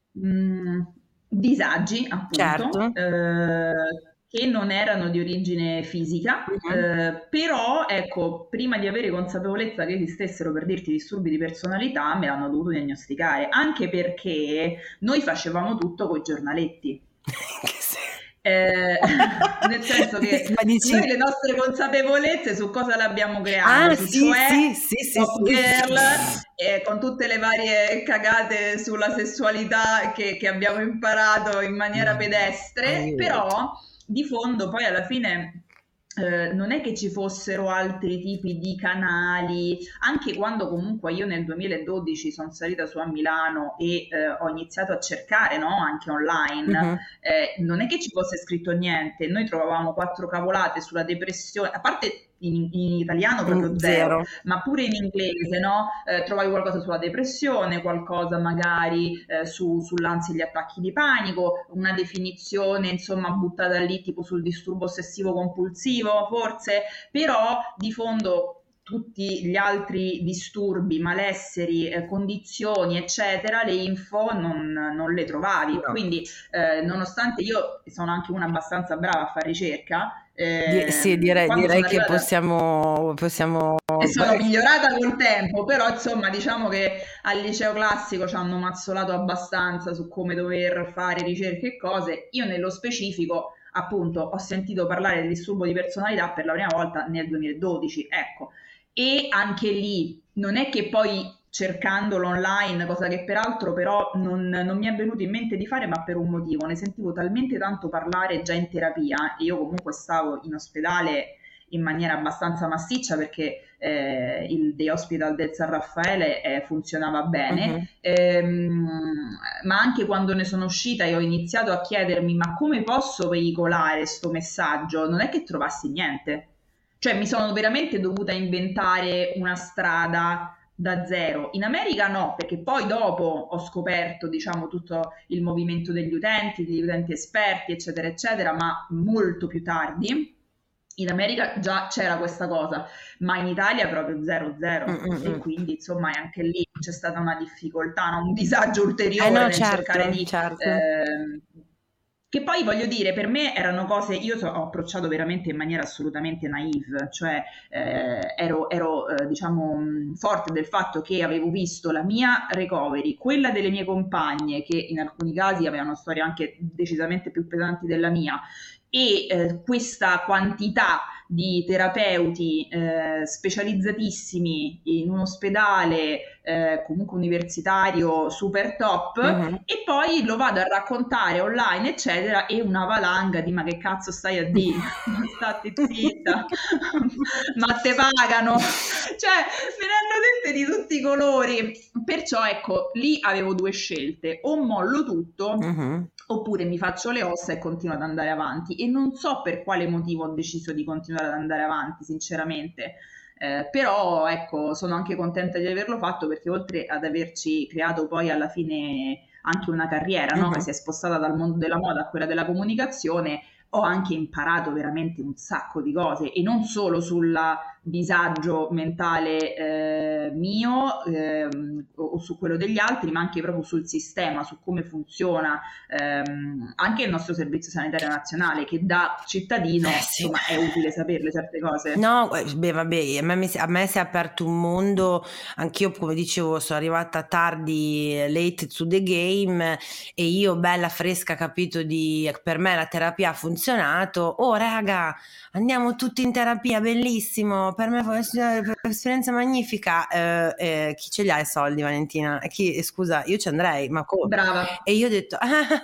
disagi, appunto, che non erano di origine fisica, però ecco, prima di avere consapevolezza che esistessero, per dirti, disturbi di personalità, me l'hanno dovuto diagnosticare, anche perché noi facevamo tutto coi giornaletti. Nel senso che noi le nostre consapevolezze su cosa le abbiamo create, Top Girl, con tutte le varie cagate sulla sessualità che abbiamo imparato in maniera pedestre, però di fondo poi alla fine non è che ci fossero altri tipi di canali, anche quando comunque io nel 2012 sono salita su a Milano e ho iniziato a cercare, no? Anche online, non è che ci fosse scritto niente, noi trovavamo 4 cavolate sulla depressione, a parte in italiano proprio zero, ma pure in inglese, no? Trovavi qualcosa sulla depressione, qualcosa magari sull'ansia e gli attacchi di panico, una definizione insomma buttata lì tipo sul disturbo ossessivo compulsivo forse, però di fondo tutti gli altri disturbi, malesseri, condizioni eccetera, le info non le trovavi, no. Quindi nonostante io sono anche una abbastanza brava a fare ricerca, sì, direi che possiamo e sono migliorata col tempo, però insomma diciamo che al liceo classico ci hanno mazzolato abbastanza su come dover fare ricerche e cose. Io nello specifico appunto ho sentito parlare del disturbo di personalità per la prima volta nel 2012, ecco, e anche lì non è che poi cercandolo online, cosa che peraltro però non mi è venuto in mente di fare, ma per un motivo, ne sentivo talmente tanto parlare già in terapia, e io comunque stavo in ospedale in maniera abbastanza massiccia perché il Day Hospital del San Raffaele funzionava bene, ma anche quando ne sono uscita e ho iniziato a chiedermi ma come posso veicolare sto messaggio, non è che trovassi niente, cioè mi sono veramente dovuta inventare una strada da zero. In America no, perché poi dopo ho scoperto, diciamo, tutto il movimento degli utenti esperti, eccetera, eccetera, ma molto più tardi. In America già c'era questa cosa, ma in Italia proprio 0-0, e quindi insomma anche lì c'è stata una difficoltà, no? Un disagio ulteriore nel cercare di... Che poi voglio dire, per me erano cose, ho approcciato veramente in maniera assolutamente naïve, cioè ero diciamo forte del fatto che avevo visto la mia recovery, quella delle mie compagne che in alcuni casi avevano storie anche decisamente più pesanti della mia, e questa quantità di terapeuti specializzatissimi in un ospedale comunque universitario super top, e poi lo vado a raccontare online eccetera, e una valanga di ma che cazzo stai a dire, stati zitta, ma te pagano, cioè me ne hanno dette di tutti i colori, perciò ecco lì avevo 2 scelte: o mollo tutto oppure mi faccio le ossa e continuo ad andare avanti, e non so per quale motivo ho deciso di continuare ad andare avanti sinceramente, però ecco sono anche contenta di averlo fatto, perché oltre ad averci creato poi alla fine anche una carriera, no? Che si è spostata dal mondo della moda a quella della comunicazione, ho anche imparato veramente un sacco di cose, e non solo sul disagio mentale mio o su quello degli altri, ma anche proprio sul sistema, su come funziona anche il nostro servizio sanitario nazionale, che da cittadino insomma è utile saperle certe cose. No, beh vabbè, a me si è aperto un mondo, anch'io come dicevo sono arrivata tardi, late to the game, e io bella fresca capito per me la terapia ha funzionato, oh raga andiamo tutti in terapia, bellissimo, per me è un'esperienza magnifica, chi ce li ha i soldi Valentina? Scusa, io ci andrei, ma come? Brava. E io ho detto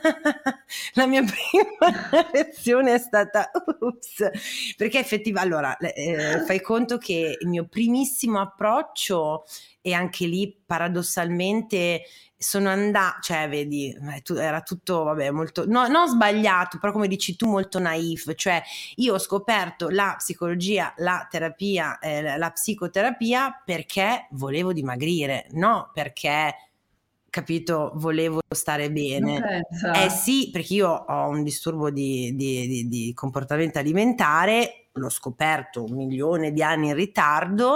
la mia prima reazione è stata ups, perché effettivamente allora fai conto che il mio primissimo approccio, e anche lì paradossalmente sono andata, cioè vedi, era tutto vabbè molto, no, non sbagliato, però come dici tu molto naif, cioè io ho scoperto la psicologia, la terapia, la psicoterapia perché volevo dimagrire, no perché, capito, volevo stare bene. Sì, perché io ho un disturbo di comportamento alimentare, l'ho scoperto 1 milione di anni in ritardo,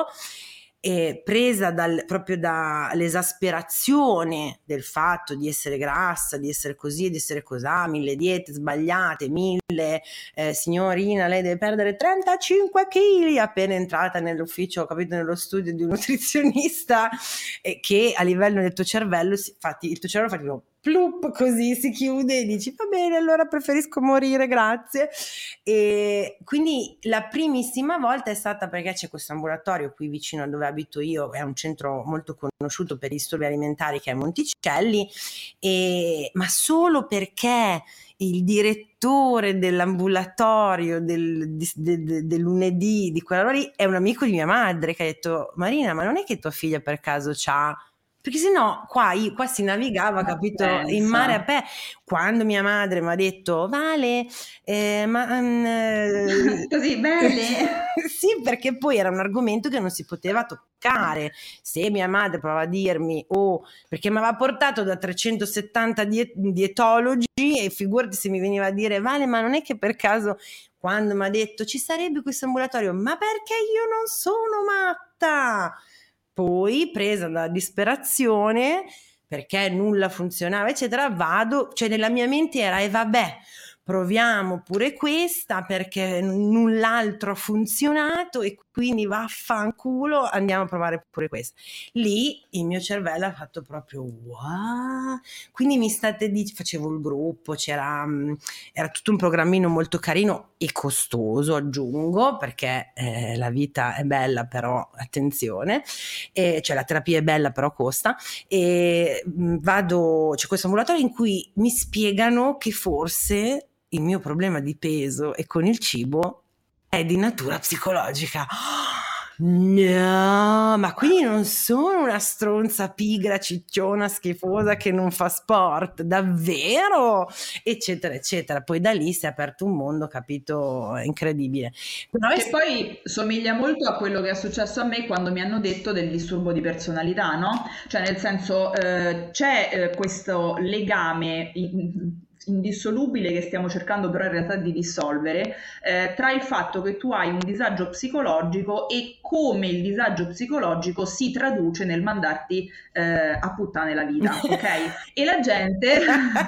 presa proprio dall'esasperazione del fatto di essere grassa, di essere così, di essere cosà, 1000 diete sbagliate, 1000 signorina lei deve perdere 35 kg appena entrata nell'ufficio, capito, nello studio di un nutrizionista, che a livello del tuo cervello infatti il tuo cervello fa tipo plup, così si chiude e dici va bene, allora preferisco morire, grazie. E quindi la primissima volta è stata perché c'è questo ambulatorio qui vicino a dove abito io, è un centro molto conosciuto per i disturbi alimentari che è Monticelli, ma solo perché il direttore dell'ambulatorio del lunedì di quella lì è un amico di mia madre, che ha detto: Marina, ma non è che tua figlia per caso c'ha... Perché sennò qua si navigava, capito, in mare aperto. Quando mia madre mi ha detto Vale, così bene. Sì, perché poi era un argomento che non si poteva toccare. Se mia madre provava a dirmi perché mi aveva portato da 370 dietologi, e figurati se mi veniva a dire Vale, ma non è che per caso, quando mi ha detto ci sarebbe questo ambulatorio, ma perché io non sono matta? Poi, presa da disperazione, perché nulla funzionava, eccetera, cioè nella mia mente era, e vabbè, proviamo pure questa, perché null'altro ha funzionato, e quindi vaffanculo, andiamo a provare pure questa. Lì il mio cervello ha fatto proprio wow. Quindi facevo il gruppo, era tutto un programmino molto carino e costoso, aggiungo, perché la vita è bella, però attenzione, cioè la terapia è bella però costa, e c'è questo ambulatorio in cui mi spiegano che forse il mio problema di peso e con il cibo è di natura psicologica. No, ma quindi non sono una stronza pigra, cicciona, schifosa che non fa sport, davvero? Eccetera, eccetera. Poi da lì si è aperto un mondo, capito, incredibile. Che poi somiglia molto a quello che è successo a me quando mi hanno detto del disturbo di personalità, no? Cioè nel senso c'è questo legame indissolubile che stiamo cercando però in realtà di dissolvere tra il fatto che tu hai un disagio psicologico e come il disagio psicologico si traduce nel mandarti a puttane la vita, ok? E la gente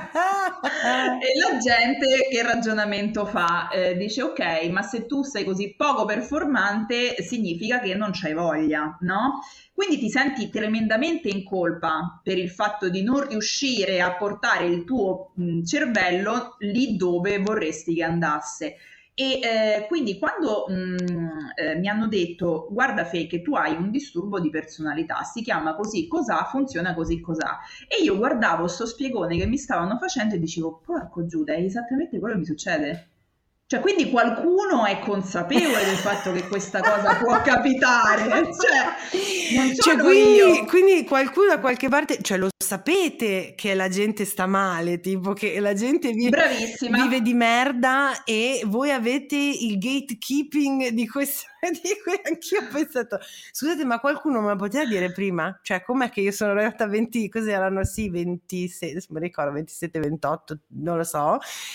che ragionamento fa? Dice ok, ma se tu sei così poco performante significa che non c'hai voglia, no? Quindi ti senti tremendamente in colpa per il fatto di non riuscire a portare il tuo cervello lì dove vorresti che andasse. E quindi quando mi hanno detto guarda Fe che tu hai un disturbo di personalità, si chiama così cos'ha, funziona così cos'ha, e io guardavo sto spiegone che mi stavano facendo e dicevo porco Giuda, è esattamente quello che mi succede. Cioè, quindi qualcuno è consapevole del fatto che questa cosa può capitare, cioè, non sono io. Quindi qualcuno da qualche parte, cioè lo sapete che la gente sta male, tipo che la gente vive di merda, e voi avete il gatekeeping di questo, di cui anch'io ho pensato, scusate, ma qualcuno me lo poteva dire prima? Cioè, com'è che io sono arrivata a 20, cos'erano? Sì, 26, adesso mi ricordo, 27, 28, non lo so.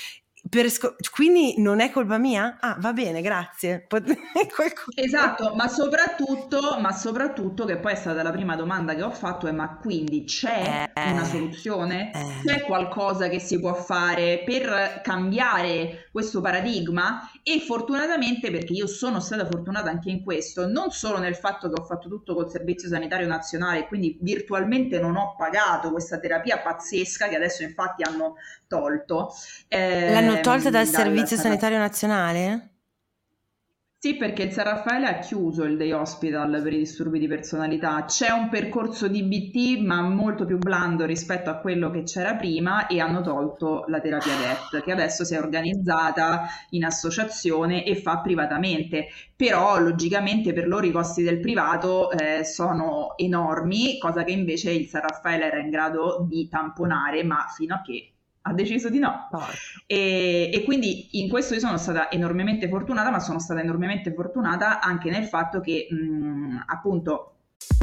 Quindi non è colpa mia? Ah, va bene, grazie. Esatto, ma soprattutto che poi è stata la prima domanda che ho fatto è ma quindi c'è una soluzione? C'è qualcosa che si può fare per cambiare questo paradigma? E fortunatamente, perché io sono stata fortunata anche in questo, non solo nel fatto che ho fatto tutto col Servizio Sanitario Nazionale, quindi virtualmente non ho pagato questa terapia pazzesca che adesso infatti hanno tolto. L'hanno tolta dal Servizio Sanitario Nazionale? Sì, perché il San Raffaele ha chiuso il day hospital per i disturbi di personalità. C'è un percorso DBT, ma molto più blando rispetto a quello che c'era prima, e hanno tolto la terapia DET, che adesso si è organizzata in associazione e fa privatamente. Però, logicamente, per loro i costi del privato sono enormi, cosa che invece il San Raffaele era in grado di tamponare, ma fino a che ha deciso di no. E quindi in questo io sono stata enormemente fortunata, ma sono stata enormemente fortunata anche nel fatto che appunto...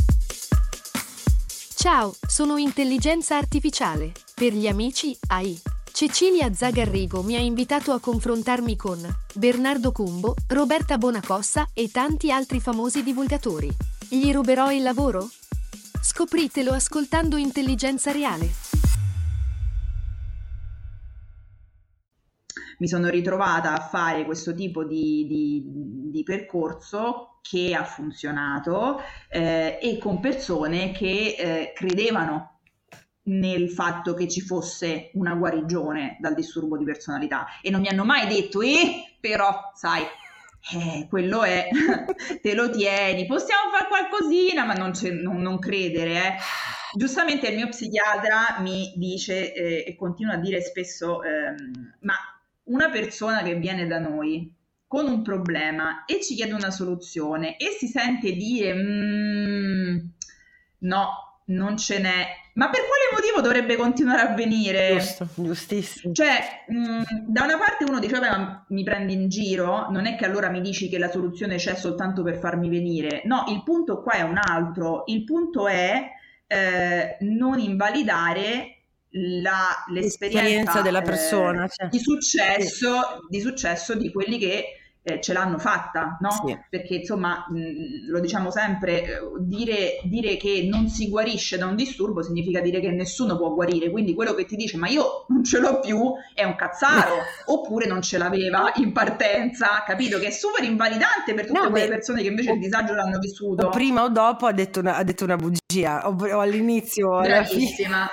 Ciao, sono Intelligenza Artificiale. Per gli amici AI. Cecilia Zagarrigo mi ha invitato a confrontarmi con Bernardo Cumbo, Roberta Bonacossa e tanti altri famosi divulgatori. Gli ruberò il lavoro? Scopritelo ascoltando Intelligenza Reale. Mi sono ritrovata a fare questo tipo di percorso che ha funzionato e con persone che credevano nel fatto che ci fosse una guarigione dal disturbo di personalità, e non mi hanno mai detto però sai, quello è, te lo tieni, possiamo fare qualcosina, ma non credere. Giustamente il mio psichiatra mi dice e continua a dire spesso, ma una persona che viene da noi con un problema e ci chiede una soluzione e si sente dire no, non ce n'è, ma per quale motivo dovrebbe continuare a venire? Giusto, giustissimo. Cioè, da una parte uno dice, vabbè, ma mi prendi in giro, non è che allora mi dici che la soluzione c'è soltanto per farmi venire. No, il punto qua è un altro. Il punto è non invalidare l'esperienza della persona, cioè. di successo di quelli che ce l'hanno fatta, no? Sì. Perché insomma, lo diciamo sempre, dire che non si guarisce da un disturbo significa dire che nessuno può guarire, quindi quello che ti dice ma io non ce l'ho più è un cazzaro, oppure non ce l'aveva in partenza, capito? Che è super invalidante per tutte quelle persone che invece il disagio l'hanno vissuto. O prima o dopo ha detto una bugia, o all'inizio. Bravissima.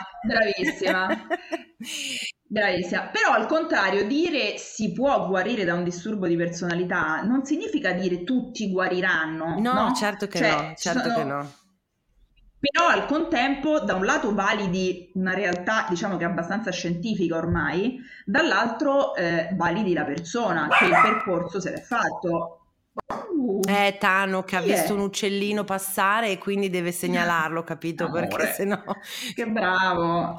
Bravissima, però al contrario dire si può guarire da un disturbo di personalità non significa dire tutti guariranno, no? Certo che no. Però al contempo da un lato validi una realtà diciamo che è abbastanza scientifica ormai, dall'altro validi la persona che il percorso se l'è fatto. Tano che ha visto un uccellino passare e quindi deve segnalarlo, capito? Amore, perché sennò che bravo.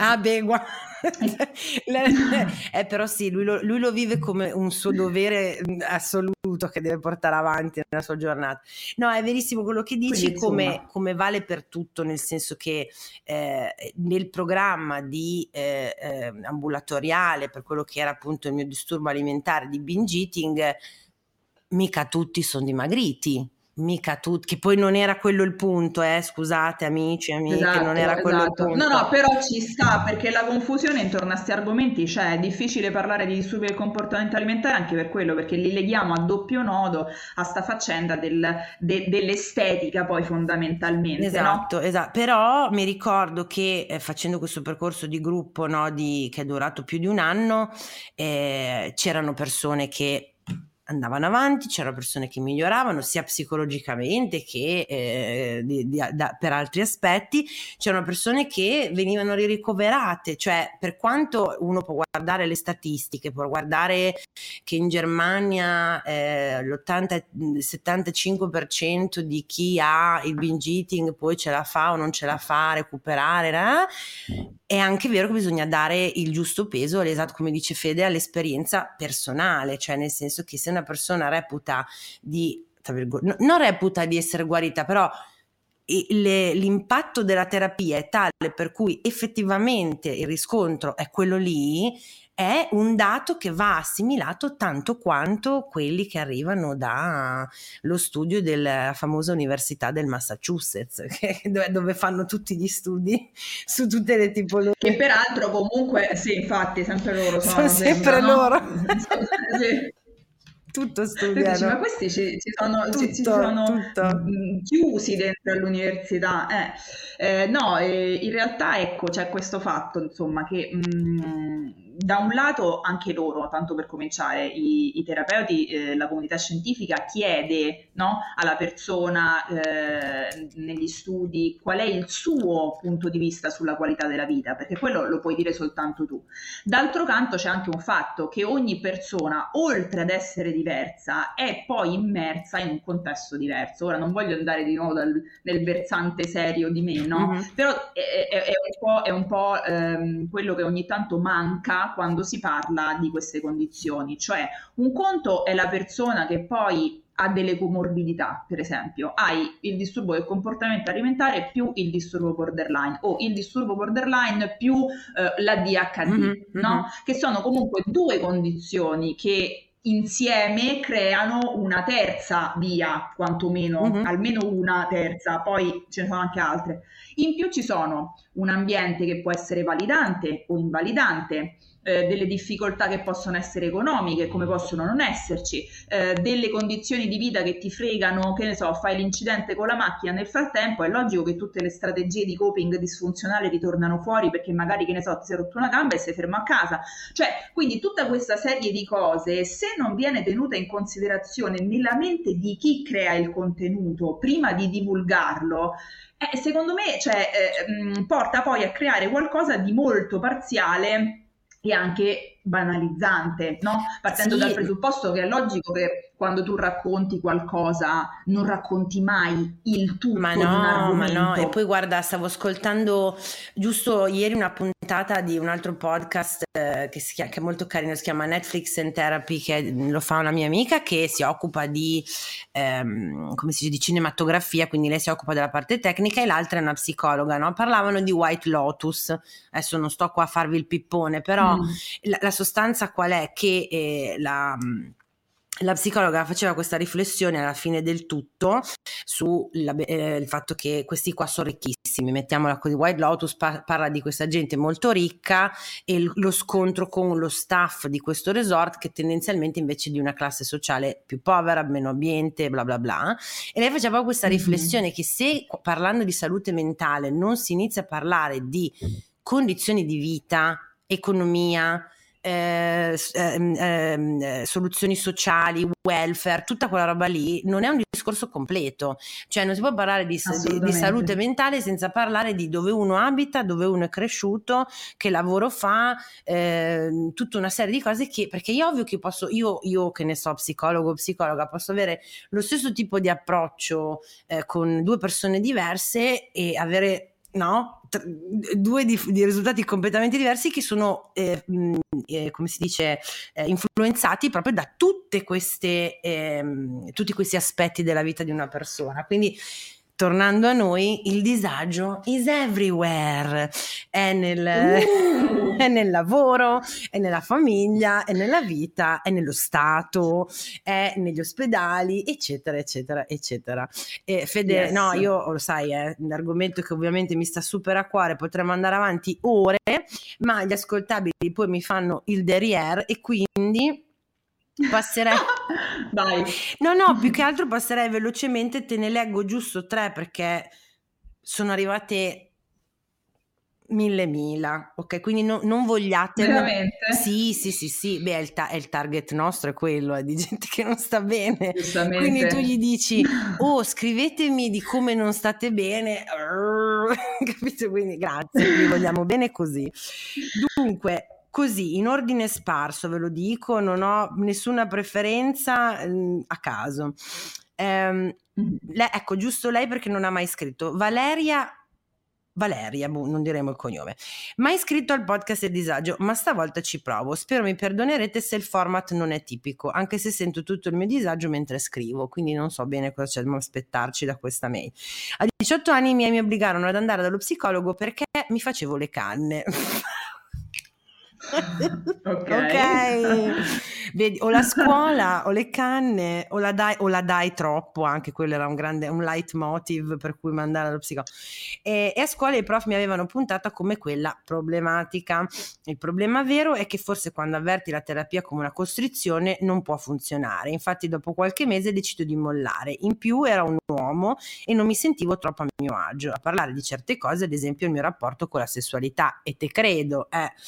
Però sì, lui lo vive come un suo dovere assoluto che deve portare avanti nella sua giornata. No, è verissimo quello che dici, come vale per tutto, nel senso che nel programma di ambulatoriale per quello che era appunto il mio disturbo alimentare di binge eating, mica tutti sono dimagriti, mica tutti, che poi non era quello il punto, scusate amici, amiche, non era quello il punto. No, però ci sta, perché la confusione intorno a questi argomenti c'è, è difficile parlare di disturbi del comportamento alimentare anche per quello, perché li leghiamo a doppio nodo a sta faccenda dell'estetica poi fondamentalmente. Esatto, però mi ricordo che facendo questo percorso di gruppo, no, che è durato più di un anno, c'erano persone che andavano avanti, c'erano persone che miglioravano sia psicologicamente che per altri aspetti, c'erano persone che venivano ricoverate, cioè per quanto uno può guardare le statistiche, può guardare che in Germania l'80-75% di chi ha il binge eating poi ce la fa o non ce la fa a recuperare, è anche vero che bisogna dare il giusto peso, esatto come dice Fede, all'esperienza personale, cioè nel senso che se una persona reputa non reputa di essere guarita, però l'impatto della terapia è tale per cui effettivamente il riscontro è quello lì, è un dato che va assimilato tanto quanto quelli che arrivano dallo studio della famosa Università del Massachusetts, dove fanno tutti gli studi su tutte le tipologie. Che peraltro comunque, sì, infatti, sempre loro sono sempre loro. Sì. Tutto studiano. Ma questi ci sono chiusi dentro all'università. No, in realtà ecco, c'è questo fatto, insomma, che da un lato anche loro, tanto per cominciare, i terapeuti, la comunità scientifica chiede, no, alla persona negli studi qual è il suo punto di vista sulla qualità della vita, perché quello lo puoi dire soltanto tu. D'altro canto c'è anche un fatto che ogni persona, oltre ad essere diversa, è poi immersa in un contesto diverso. Ora non voglio andare di nuovo nel versante serio di me, no? Mm-hmm. Però è un po' quello che ogni tanto manca quando si parla di queste condizioni, cioè un conto è la persona che poi ha delle comorbidità, per esempio hai il disturbo del comportamento alimentare più il disturbo borderline o il disturbo borderline più l'ADHD, mm-hmm, no? Che sono comunque due condizioni che insieme creano una terza via, quantomeno, almeno una terza, poi ce ne sono anche altre. In più ci sono un ambiente che può essere validante o invalidante, delle difficoltà che possono essere economiche, come possono non esserci, delle condizioni di vita che ti fregano, che ne so, fai l'incidente con la macchina, nel frattempo è logico che tutte le strategie di coping disfunzionale ritornano fuori, perché magari, che ne so, ti sei rotto una gamba e sei fermo a casa. Cioè, quindi tutta questa serie di cose, se non viene tenuta in considerazione nella mente di chi crea il contenuto prima di divulgarlo, secondo me, cioè, porta poi a creare qualcosa di molto parziale e anche banalizzante, no? Partendo Sì. dal presupposto che è logico che quando tu racconti qualcosa non racconti mai il tutto Ma di un no, argomento. e poi guarda, stavo ascoltando giusto ieri una puntata di un altro podcast che è molto carino, si chiama Netflix and Therapy, che lo fa una mia amica che si occupa di, come si dice, di cinematografia, quindi lei si occupa della parte tecnica e l'altra è una psicologa, no? Parlavano di White Lotus, adesso non sto qua a farvi il pippone, però la sostanza qual è? Che la psicologa faceva questa riflessione alla fine del tutto su il fatto che questi qua sono ricchissimi, mettiamola così. White Lotus parla di questa gente molto ricca e lo scontro con lo staff di questo resort, che tendenzialmente invece è di una classe sociale più povera, meno ambiente, bla bla bla. E lei faceva questa riflessione che se parlando di salute mentale non si inizia a parlare di condizioni di vita, economia, soluzioni sociali, welfare, tutta quella roba lì, non è un discorso completo. Cioè non si può parlare di salute mentale senza parlare di dove uno abita, dove uno è cresciuto, che lavoro fa, tutta una serie di cose che, perché è ovvio che io che ne so, psicologa, posso avere lo stesso tipo di approccio con due persone diverse e avere, no, due di risultati completamente diversi che sono come si dice, influenzati proprio da tutte queste tutti questi aspetti della vita di una persona. Quindi tornando a noi, il disagio is everywhere, è nel lavoro, è nella famiglia, è nella vita, è nello Stato, è negli ospedali, eccetera, eccetera, eccetera. Fede, yes. No, io lo sai, è un argomento che ovviamente mi sta super a cuore, potremmo andare avanti ore, ma gli ascoltabili poi mi fanno il derrière e quindi passerei Dai. No, più che altro passerei velocemente, te ne leggo giusto 3 perché sono arrivate mila, ok? Quindi non vogliate veramente? Sì, beh, il target nostro è quello, di gente che non sta bene, quindi tu gli dici scrivetemi di come non state bene, capito? Quindi grazie, vi vogliamo bene così. Dunque, così, in ordine sparso ve lo dico, non ho nessuna preferenza, a caso. Ecco, giusto lei perché non ha mai scritto. Valeria, non diremo il cognome. Mai iscritto al podcast del disagio, ma stavolta ci provo. Spero mi perdonerete se il format non è tipico, anche se sento tutto il mio disagio mentre scrivo, quindi non so bene cosa c'è da aspettarci da questa mail. A 18 anni i miei mi obbligarono ad andare dallo psicologo perché mi facevo le canne. Ok. Vedi, o la scuola o le canne o la dai troppo, anche quello era un leitmotiv per cui mandare allo psicologo, e a scuola i prof mi avevano puntata come quella problematica. Il problema vero è che forse quando avverti la terapia come una costrizione non può funzionare, infatti dopo qualche mese decido di mollare. In più era un uomo e non mi sentivo troppo a mio agio a parlare di certe cose, ad esempio il mio rapporto con la sessualità, e te credo,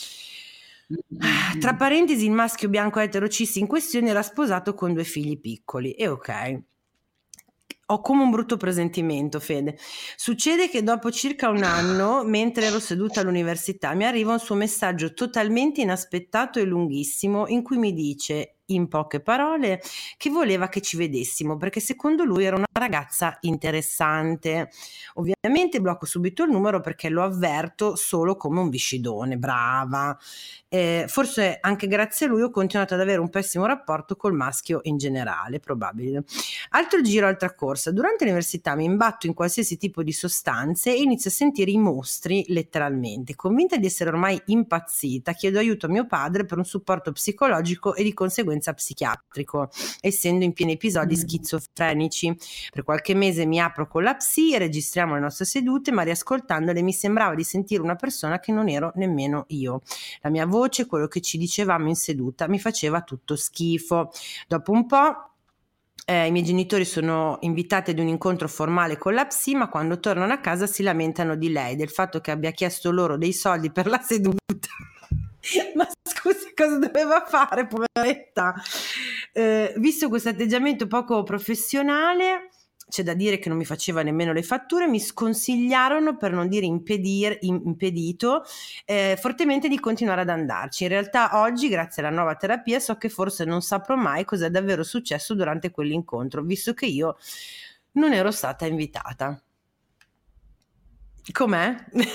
tra parentesi, il maschio bianco etero cis in questione era sposato con 2 figli piccoli. E ok, ho come un brutto presentimento, Fede. Succede che dopo circa un anno, mentre ero seduta all'università, mi arriva un suo messaggio totalmente inaspettato e lunghissimo in cui mi dice, in poche parole, che voleva che ci vedessimo perché secondo lui era una ragazza interessante. Ovviamente blocco subito il numero perché lo avverto solo come un viscidone. Brava. Forse anche grazie a lui ho continuato ad avere un pessimo rapporto col maschio in generale, probabile. Altro giro, altra corsa. Durante l'università mi imbatto in qualsiasi tipo di sostanze e inizio a sentire i mostri letteralmente. Convinta di essere ormai impazzita, chiedo aiuto a mio padre per un supporto psicologico e di conseguenza psichiatrico, essendo in pieni episodi schizofrenici. Per qualche mese mi apro con la psi, registriamo le nostre sedute, ma riascoltandole mi sembrava di sentire una persona che non ero nemmeno io. La mia voce, quello che ci dicevamo in seduta, mi faceva tutto schifo. Dopo un po' i miei genitori sono invitati ad un incontro formale con la psi, ma quando tornano a casa si lamentano di lei, del fatto che abbia chiesto loro dei soldi per la seduta. Ma scusi, cosa doveva fare, poveretta? Visto questo atteggiamento poco professionale, c'è da dire che non mi faceva nemmeno le fatture, mi sconsigliarono, per non dire impedito, fortemente di continuare ad andarci. In realtà oggi, grazie alla nuova terapia, so che forse non saprò mai cosa è davvero successo durante quell'incontro, visto che io non ero stata invitata. Com'è?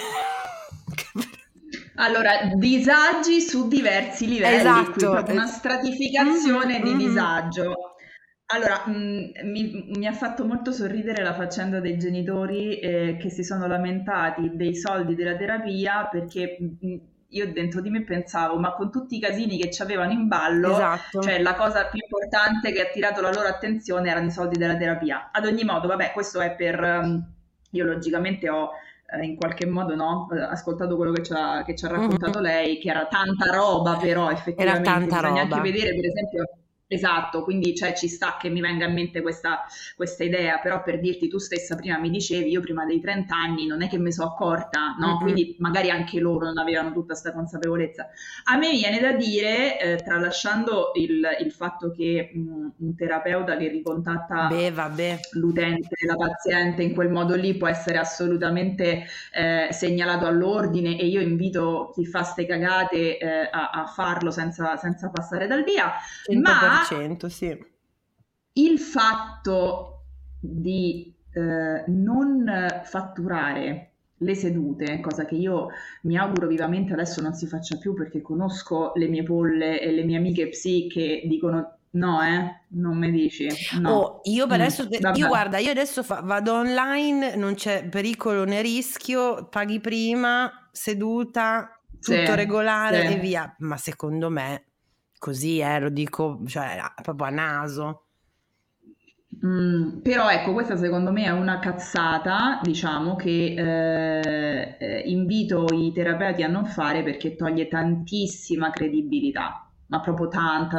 Allora, disagi su diversi livelli, Esatto. qui proprio una stratificazione di disagio. Allora, mi ha fatto molto sorridere la faccenda dei genitori che si sono lamentati dei soldi della terapia, perché io dentro di me pensavo, ma con tutti i casini che ci avevano in ballo, Esatto. cioè la cosa più importante che ha attirato la loro attenzione erano i soldi della terapia. Ad ogni modo, vabbè, questo è per... io logicamente ho in qualche modo ascoltato quello che ci ha raccontato lei, che era tanta roba, però effettivamente Era tanta bisogna roba. anche vedere, per esempio, esatto, quindi ci sta che mi venga in mente questa idea, però per dirti, tu stessa prima mi dicevi, io prima dei 30 anni non è che mi sono accorta, no? Quindi magari anche loro non avevano tutta questa consapevolezza. A me viene da dire, tralasciando il fatto che un terapeuta che ricontatta l'utente, la paziente in quel modo lì può essere assolutamente segnalato all'ordine, e io invito chi fa ste cagate a farlo senza passare dal via. 100%, ma sì. Il fatto di non fatturare le sedute, cosa che io mi auguro vivamente adesso non si faccia più, perché conosco le mie polle e le mie amiche psi che dicono no, non mi dici, no. Io adesso, guarda, io adesso vado online, non c'è pericolo né rischio, paghi prima, seduta, tutto regolare e via. Ma secondo me così, lo dico, cioè proprio a naso. Però ecco, questa secondo me è una cazzata, diciamo, che invito i terapeuti a non fare, perché toglie tantissima credibilità, ma proprio tanta.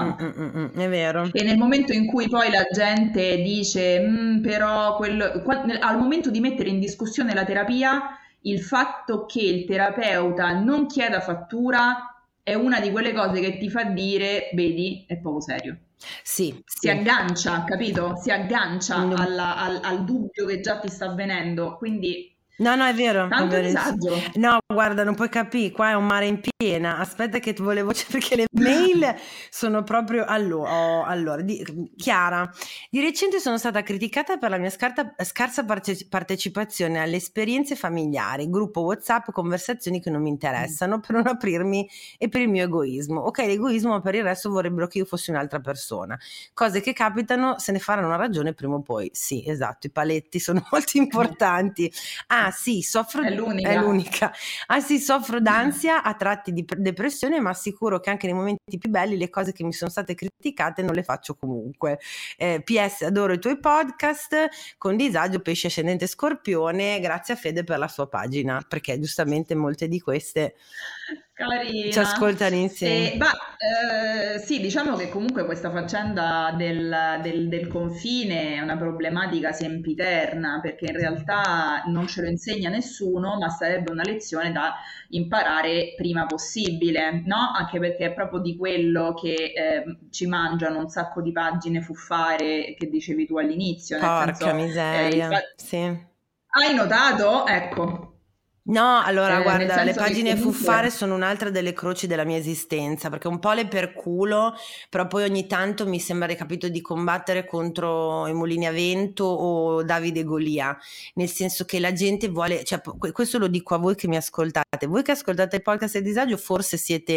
È vero. E nel momento in cui poi la gente dice però al momento di mettere in discussione la terapia, il fatto che il terapeuta non chieda fattura è una di quelle cose che ti fa dire, vedi, è poco serio. Sì. Si aggancia, capito? Si aggancia al dubbio che già ti sta avvenendo, quindi... No, è vero. Tanto disagio. No, guarda, non puoi capire, qua è un mare in piena. Aspetta che volevo, perché le mail sono proprio... Allora, Chiara, di recente sono stata criticata per la mia scarsa partecipazione alle esperienze familiari, gruppo WhatsApp, conversazioni che non mi interessano, per non aprirmi e per il mio egoismo. Ok, l'egoismo, ma per il resto vorrebbero che io fossi un'altra persona. Cose che capitano, se ne faranno una ragione prima o poi. Sì, esatto, i paletti sono molto importanti. Sì, è l'unica. Sì, soffro d'ansia, a tratti di depressione, ma assicuro che anche nei momenti più belli le cose che mi sono state criticate non le faccio comunque. PS, adoro i tuoi podcast, con disagio, pesce ascendente Scorpione, grazie a Fede per la sua pagina, perché giustamente molte di queste Carina. ci ascoltano insieme. Sì, diciamo che comunque questa faccenda del confine è una problematica sempiterna, perché in realtà non ce lo insegna nessuno, ma sarebbe una lezione da imparare prima possibile, no? Anche perché è proprio di quello che ci mangiano un sacco di pagine fuffare che dicevi tu all'inizio. Porca miseria, sì. Hai notato? Ecco. No, allora guarda, le pagine fuffare sono un'altra delle croci della mia esistenza, perché un po' le perculo, però poi ogni tanto mi sembra, capito, di combattere contro i mulini a vento o Davide e Golia, nel senso che la gente vuole, cioè questo lo dico a voi che mi ascoltate, voi che ascoltate il podcast del disagio forse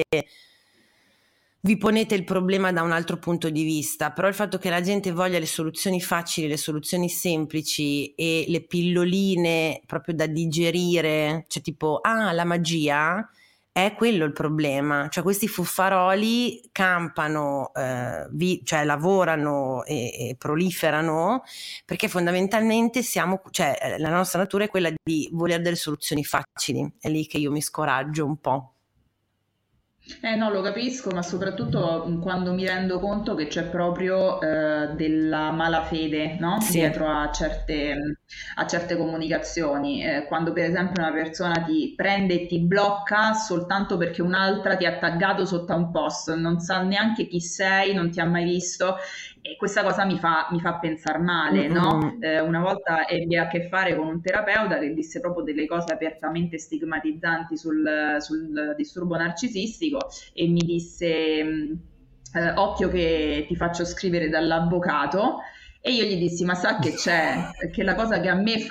vi ponete il problema da un altro punto di vista, però il fatto che la gente voglia le soluzioni facili, le soluzioni semplici e le pilloline proprio da digerire, cioè tipo, la magia, È quello il problema, cioè questi fuffaroli campano, cioè lavorano e proliferano perché fondamentalmente cioè la nostra natura è quella di voler delle soluzioni facili, è lì che io mi scoraggio un po'. No, lo capisco, ma soprattutto quando mi rendo conto che c'è proprio della malafede, no? Sì. Dietro a certe comunicazioni. Quando per esempio una persona ti prende e ti blocca soltanto perché un'altra ti ha taggato sotto a un post, non sa neanche chi sei, non ti ha mai visto, e questa cosa mi fa pensare male, no? Una volta ebbi a che fare con un terapeuta che disse proprio delle cose apertamente stigmatizzanti sul disturbo narcisistico e mi disse occhio che ti faccio scrivere dall'avvocato, e io gli dissi ma sa che c'è, che la cosa che a me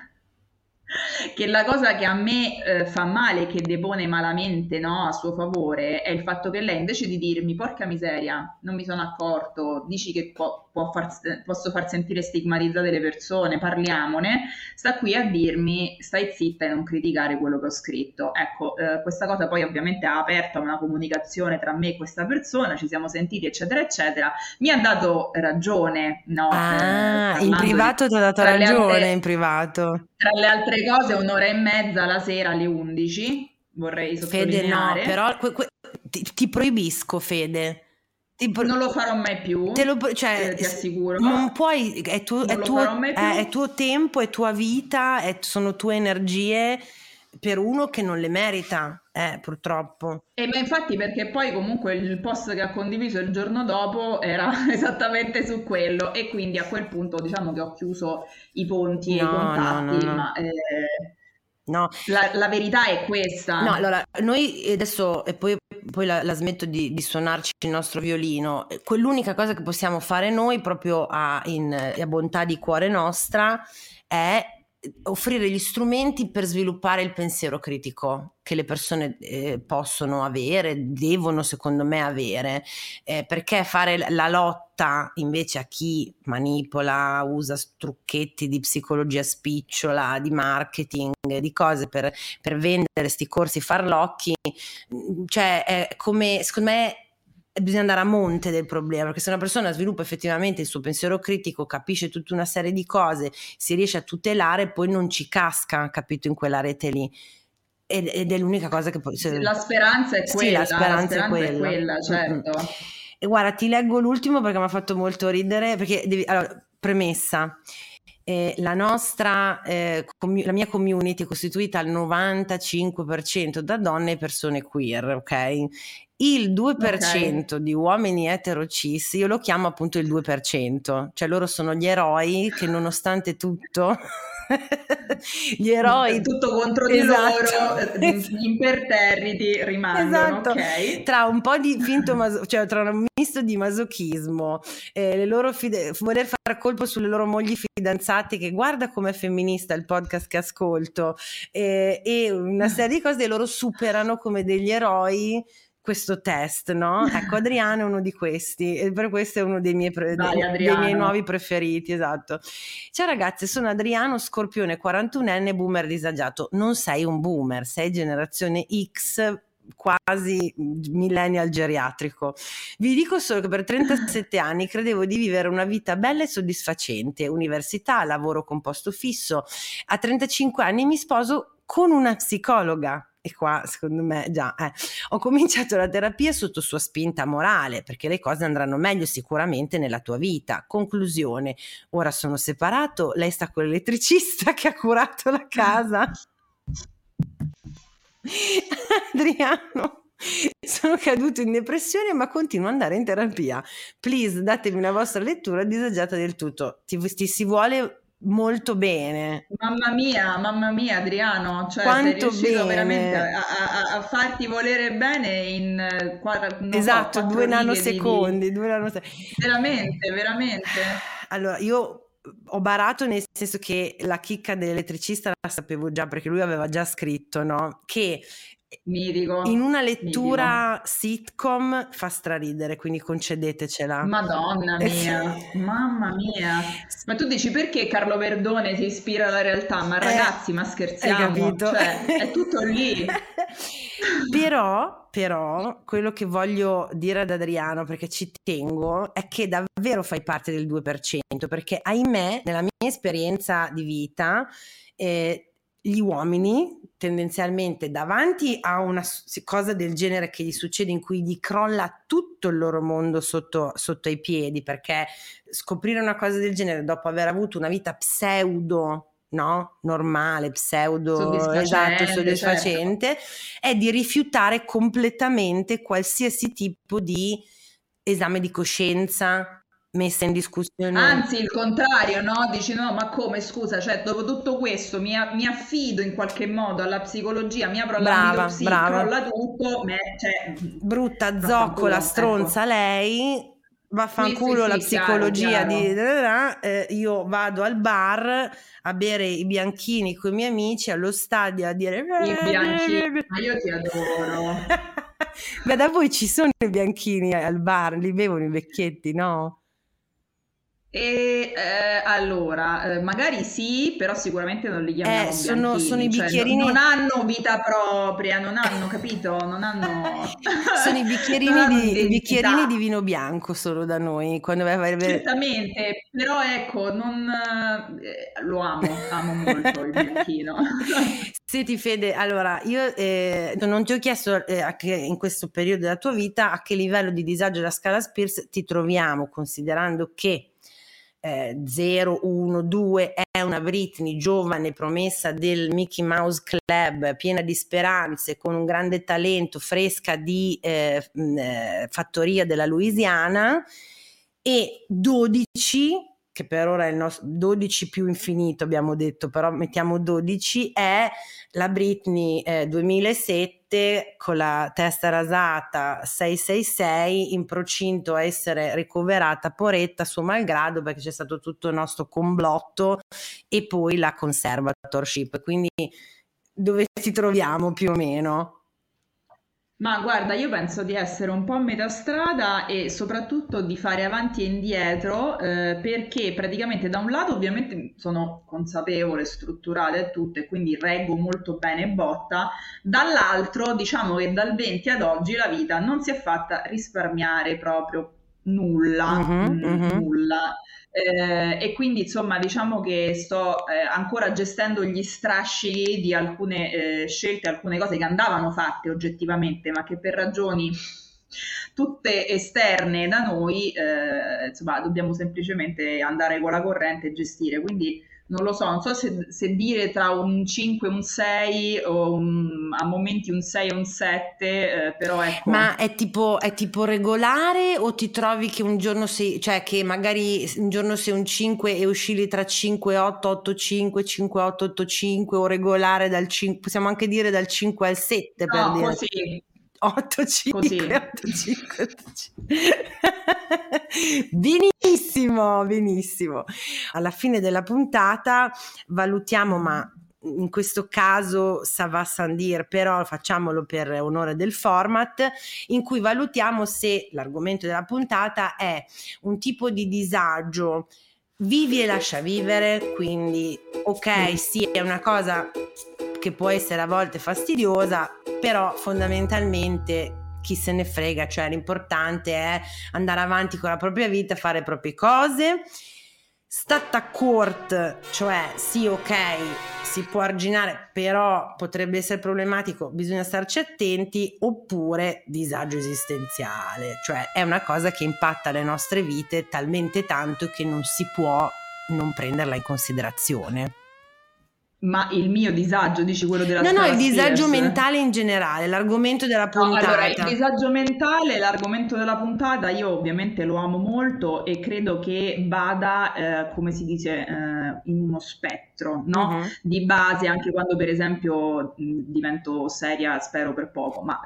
fa male, che depone malamente, no, a suo favore, è il fatto che lei, invece di dirmi porca miseria, non mi sono accorto, dici che posso far sentire stigmatizzate le persone, parliamone, sta qui a dirmi stai zitta e non criticare quello che ho scritto. Ecco, questa cosa poi ovviamente ha aperto una comunicazione tra me e questa persona, ci siamo sentiti eccetera eccetera, mi ha dato ragione, no? In privato ti ho dato ragione, in privato. Tra le altre cose, 1 ora e mezza la sera alle 11, vorrei sottolineare. Fede, no, però ti proibisco, Fede. Non lo farò mai più, ti assicuro. Non puoi, è tuo tempo, è tua vita, sono tue energie per uno che non le merita, purtroppo. Ma infatti, perché poi comunque il post che ha condiviso il giorno dopo era esattamente su quello, e quindi a quel punto diciamo che ho chiuso i ponti e i contatti, ma no. La verità è questa. No, allora, noi adesso, e poi la smetto di suonarci il nostro violino, quell'unica cosa che possiamo fare noi proprio a bontà di cuore nostra è offrire gli strumenti per sviluppare il pensiero critico che le persone possono avere, devono secondo me avere, perché fare la lotta invece a chi manipola, usa trucchetti di psicologia spicciola, di marketing, di cose per vendere sti corsi farlocchi, cioè è come, secondo me bisogna andare a monte del problema, perché se una persona sviluppa effettivamente il suo pensiero critico, capisce tutta una serie di cose, si riesce a tutelare, poi non ci casca, capito, in quella rete lì, ed è l'unica cosa che poi... La speranza è quella, sì, la speranza è quella, certo. E guarda, ti leggo l'ultimo perché mi ha fatto molto ridere, perché allora, premessa, la mia community è costituita al 95% da donne e persone queer, ok? Il 2% di uomini etero cis, io lo chiamo appunto il 2%, cioè loro sono gli eroi che nonostante tutto, gli eroi... Tutto contro di loro, gli imperterriti rimangono, ok? Tra un po' di cioè tra un misto di masochismo, le loro voler fare colpo sulle loro mogli fidanzate, che guarda com'è femminista il podcast che ascolto, e una serie di cose, loro superano come degli eroi questo test, no? Ecco, Adriano è uno di questi, e per questo è uno dei miei nuovi preferiti, esatto. Ciao ragazze, sono Adriano, scorpione 41enne, boomer disagiato. Non sei un boomer, sei generazione X, quasi millennial geriatrico. Vi dico solo che per 37 anni credevo di vivere una vita bella e soddisfacente, università, lavoro con posto fisso. A 35 anni mi sposo con una psicologa. E qua secondo me già ho cominciato la terapia sotto sua spinta morale, perché le cose andranno meglio sicuramente nella tua vita. Conclusione: ora sono separato, lei sta con l'elettricista che ha curato la casa. Adriano, sono caduto in depressione ma continuo ad andare in terapia. Please datemi una vostra lettura disagiata del tutto. Ti si vuole molto bene. Mamma mia Adriano, cioè quanto sei riuscito bene veramente a farti volere bene in 2 nanosecondi. Veramente. Allora, io ho barato, nel senso che la chicca dell'elettricista la sapevo già, perché lui aveva già scritto, no? Che mitico, in una lettura sitcom fa straridere, quindi concedetecela. Madonna mia, mamma mia. Ma tu dici perché Carlo Verdone si ispira alla realtà? Ma ragazzi, ma scherziamo? Hai capito? Cioè, è tutto lì. Però, quello che voglio dire ad Adriano, perché ci tengo, è che davvero fai parte del 2%, perché ahimè, nella mia esperienza di vita, gli uomini tendenzialmente davanti a una cosa del genere che gli succede, in cui gli crolla tutto il loro mondo sotto ai piedi, perché scoprire una cosa del genere dopo aver avuto una vita pseudo, no? Normale, pseudo, soddisfacente, soddisfacente, certo, è di rifiutare completamente qualsiasi tipo di esame di coscienza, messa in discussione. Anzi, il contrario, no? Dici no, ma come, scusa, cioè dopo tutto questo mi affido in qualche modo alla psicologia, mi apro all'ambito psi, crolla tutto, cioè, brutta zoccola, stronza, ecco. Lei vaffanculo, sì, la psicologia, chiaro. Io vado al bar a bere i bianchini con i miei amici, allo stadio a dire i bianchini, ma io ti adoro. Beh, da voi ci sono i bianchini al bar, li bevono i vecchietti, no? Allora, magari sì, però sicuramente non li chiamiamo bianchini, sono i bicchierini, cioè, non hanno vita propria, non hanno, capito? Non hanno. Sono i bicchierini di vino bianco solo da noi, quando vai a bere. Certamente, però ecco, lo amo molto il bianchino. Senti Fede, allora io non ti ho chiesto che in questo periodo della tua vita a che livello di disagio della scala Spears ti troviamo, considerando che 0, 1, 2 è una Britney giovane, promessa del Mickey Mouse Club, piena di speranze, con un grande talento, fresca di fattoria della Louisiana, e 12, che per ora è il nostro 12 più infinito abbiamo detto, però mettiamo 12, è la Britney 2007 con la testa rasata, 666, in procinto a essere ricoverata poretta suo malgrado, perché c'è stato tutto il nostro complotto e poi la conservatorship. Quindi dove ci troviamo più o meno? Ma guarda, io penso di essere un po' a metà strada e soprattutto di fare avanti e indietro, perché praticamente da un lato ovviamente sono consapevole, strutturale e tutto, e quindi reggo molto bene botta, dall'altro diciamo che dal 20 ad oggi la vita non si è fatta risparmiare proprio nulla, nulla. E quindi insomma diciamo che sto ancora gestendo gli strascichi di alcune scelte, alcune cose che andavano fatte oggettivamente, ma che per ragioni tutte esterne da noi insomma dobbiamo semplicemente andare con la corrente e gestire. Quindi non so se dire tra un 5 e un 6 o a momenti un 6 e un 7, però ecco. Ma è tipo regolare, o ti trovi che un giorno sei, cioè che magari un giorno sei un 5 e oscilli tra 5 8, 8 5, 5 8, 8 5, o regolare dal 5, possiamo anche dire dal 5 al 7 per no, dire. Così. 8 5 così. 8 5 8 5. Benissimo. Alla fine della puntata valutiamo, ma in questo caso ça va sans dire, però facciamolo per onore del format, in cui valutiamo se l'argomento della puntata è un tipo di disagio vivi e lascia vivere, quindi ok, sì, è una cosa che può essere a volte fastidiosa, però fondamentalmente chi se ne frega, cioè l'importante è andare avanti con la propria vita, fare le proprie cose. Stata court, cioè sì, ok, si può arginare, però potrebbe essere problematico, bisogna starci attenti. Oppure disagio esistenziale, cioè è una cosa che impatta le nostre vite talmente tanto che non si può non prenderla in considerazione. Ma il mio disagio, dici quello della No, il disagio mentale in generale, l'argomento della puntata. No, allora, il disagio mentale, l'argomento della puntata, io ovviamente lo amo molto e credo che vada, come si dice, in uno spettro, no? Di base, anche quando per esempio divento seria, spero per poco, ma...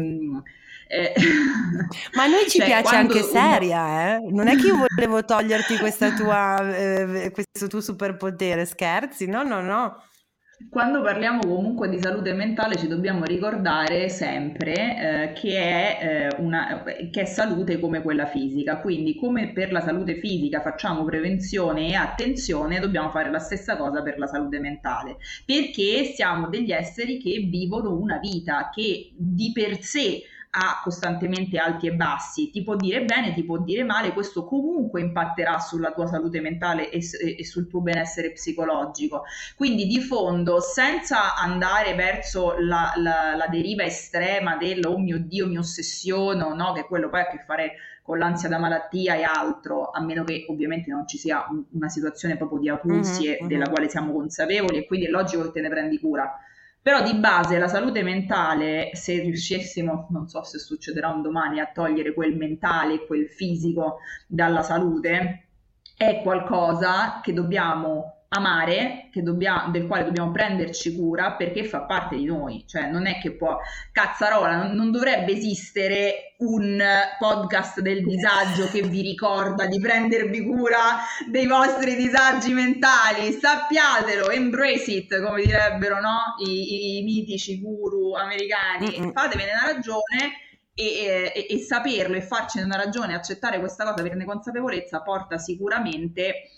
Ma a noi ci piace anche seria, non è che io volevo toglierti questa tua questo tuo superpotere, scherzi? No. Quando parliamo comunque di salute mentale ci dobbiamo ricordare sempre che è salute come quella fisica, quindi come per la salute fisica facciamo prevenzione e attenzione, dobbiamo fare la stessa cosa per la salute mentale, perché siamo degli esseri che vivono una vita che di per sé ha costantemente alti e bassi, ti può dire bene, ti può dire male, questo comunque impatterà sulla tua salute mentale e sul tuo benessere psicologico. Quindi di fondo, senza andare verso la deriva estrema del oh mio Dio, mi ossessiono, no? Che quello poi ha a che fare con l'ansia da malattia e altro, a meno che ovviamente non ci sia una situazione proprio di acusie della quale siamo consapevoli e quindi è logico che te ne prendi cura. Però di base la salute mentale, se riuscissimo, non so se succederà un domani, a togliere quel mentale e quel fisico dalla salute, è qualcosa che dobbiamo amare, del quale dobbiamo prenderci cura perché fa parte di noi, cioè non è che può, cazzarola, non dovrebbe esistere un podcast del disagio che vi ricorda di prendervi cura dei vostri disagi mentali, sappiatelo, embrace it, come direbbero, no? I mitici guru americani, fatevene una ragione. E saperlo e farcene una ragione, accettare questa cosa, averne consapevolezza, porta sicuramente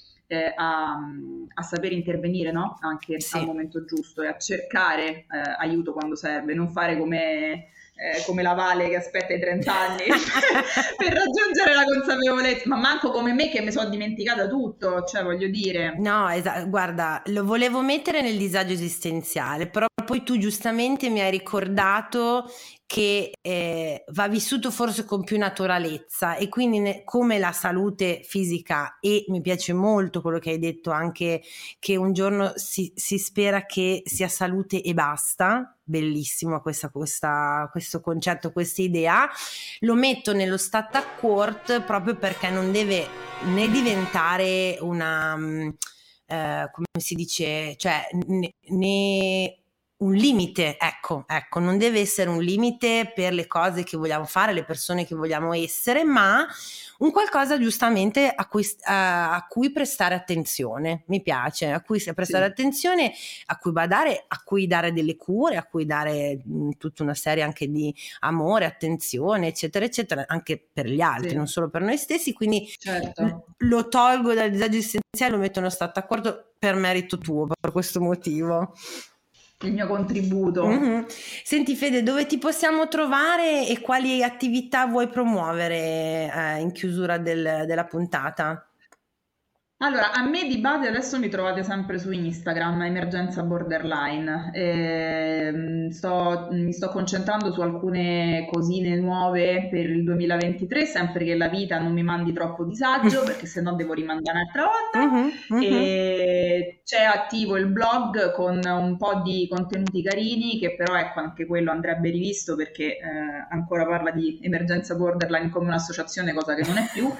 a saper intervenire, no? Anche al momento giusto e a cercare aiuto quando serve, non fare come la Vale che aspetta i 30 anni per raggiungere la consapevolezza, ma manco come me che mi sono dimenticata tutto, cioè voglio dire. No, guarda, lo volevo mettere nel disagio esistenziale, però poi tu giustamente mi hai ricordato che va vissuto forse con più naturalezza e quindi come la salute fisica, e mi piace molto quello che hai detto anche che un giorno si spera che sia salute e basta, bellissimo questo concetto, questa idea, lo metto nello state a court proprio perché non deve né diventare una come si dice, cioè né un limite, ecco, non deve essere un limite per le cose che vogliamo fare, le persone che vogliamo essere, ma un qualcosa giustamente a cui prestare attenzione, mi piace, a cui prestare attenzione, a cui badare, a cui dare delle cure, a cui dare tutta una serie anche di amore, attenzione, eccetera, eccetera, anche per gli altri, non solo per noi stessi, quindi lo tolgo dal disagio esistenziale, lo metto in uno stato d'accordo per merito tuo, per questo motivo. Il mio contributo. Senti Fede, dove ti possiamo trovare e quali attività vuoi promuovere in chiusura della puntata? Allora, a me di base adesso mi trovate sempre su Instagram, Emergenza Borderline. Mi sto concentrando su alcune cosine nuove per il 2023, sempre che la vita non mi mandi troppo disagio, perché sennò devo rimandare un'altra volta. E c'è attivo il blog con un po' di contenuti carini, che però ecco anche quello andrebbe rivisto perché ancora parla di Emergenza Borderline come un'associazione, cosa che non è più,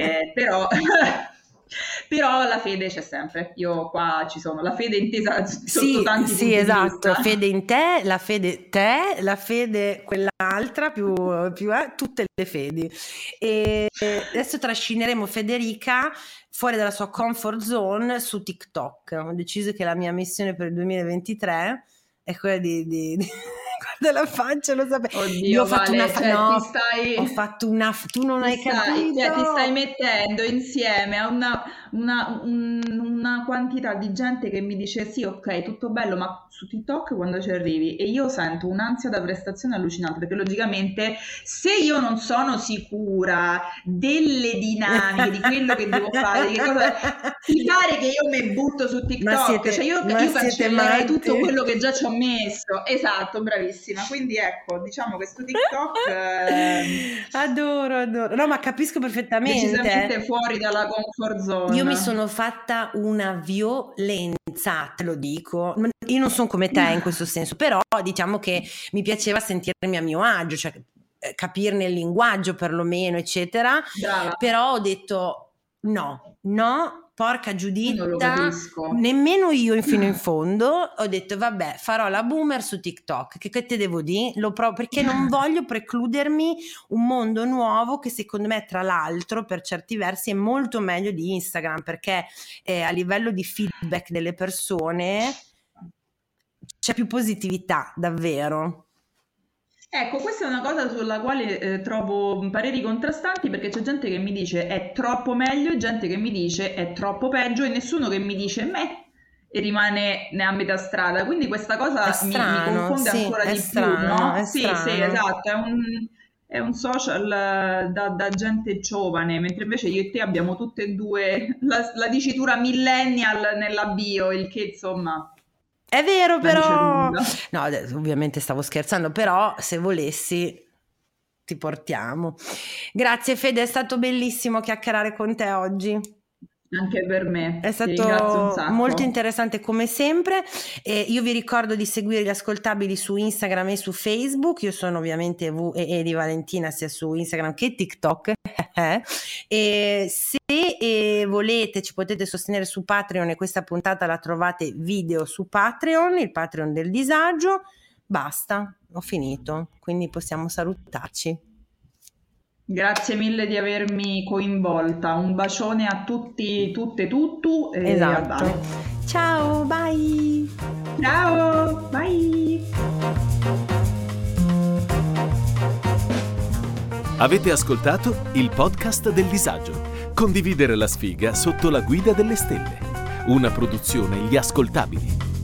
però la fede c'è sempre, io qua ci sono, la fede intesa sotto tanti punti esatto, di vista. Fede in te, la fede quell'altra, più tutte le fedi. E adesso trascineremo Federica fuori dalla sua comfort zone su TikTok. Ho deciso che la mia missione per il 2023 è quella di guarda la faccia, lo sapevo. Oddio, io ho fatto Vale, ho fatto una tu non hai capito, ti stai mettendo insieme a una quantità di gente che mi dice sì, ok, tutto bello, ma su TikTok quando ci arrivi e io sento un'ansia da prestazione allucinante, perché logicamente se io non sono sicura delle dinamiche di quello che devo fare, ti pare che io mi butto su TikTok, cioè io cancellerei tutto quello che già ci ho messo. Esatto, bravissima. Quindi ecco, diciamo che su TikTok adoro. No, ma capisco perfettamente. Decisamente fuori dalla comfort zone. Io mi sono fatta una violenza, te lo dico. Io non sono come te in questo senso, però diciamo che mi piaceva sentirmi a mio agio, cioè capirne il linguaggio perlomeno, eccetera. Brava. Però ho detto no, porca Giuditta, nemmeno io fino in fondo ho detto vabbè, farò la boomer su TikTok, che te devo dire? Perché non voglio precludermi un mondo nuovo che secondo me tra l'altro per certi versi è molto meglio di Instagram, perché a livello di feedback delle persone c'è più positività, davvero. Ecco, questa è una cosa sulla quale trovo pareri contrastanti, perché c'è gente che mi dice è troppo meglio e gente che mi dice è troppo peggio e nessuno che mi dice me e rimane a metà strada. Quindi questa cosa mi confonde ancora di più, no? Sì, esatto, è un social da gente giovane, mentre invece io e te abbiamo tutte e due la dicitura millennial nella bio, il che insomma... È vero, però no, ovviamente stavo scherzando, però se volessi ti portiamo. Grazie Fede, è stato bellissimo chiacchierare con te oggi. Anche per me, è stato molto interessante come sempre. Io vi ricordo di seguire gli ascoltabili su Instagram e su Facebook. Io sono ovviamente di Valentina sia su Instagram che TikTok. E se volete ci potete sostenere su Patreon, e questa puntata la trovate video su Patreon, il Patreon del disagio. Basta, ho finito, quindi possiamo salutarci. Grazie mille di avermi coinvolta, un bacione a tutti, tutte, tutto. Esatto. Ciao, bye. Ciao, bye. Avete ascoltato il podcast del disagio. Condividere la sfiga sotto la guida delle stelle. Una produzione Gli Ascoltabili.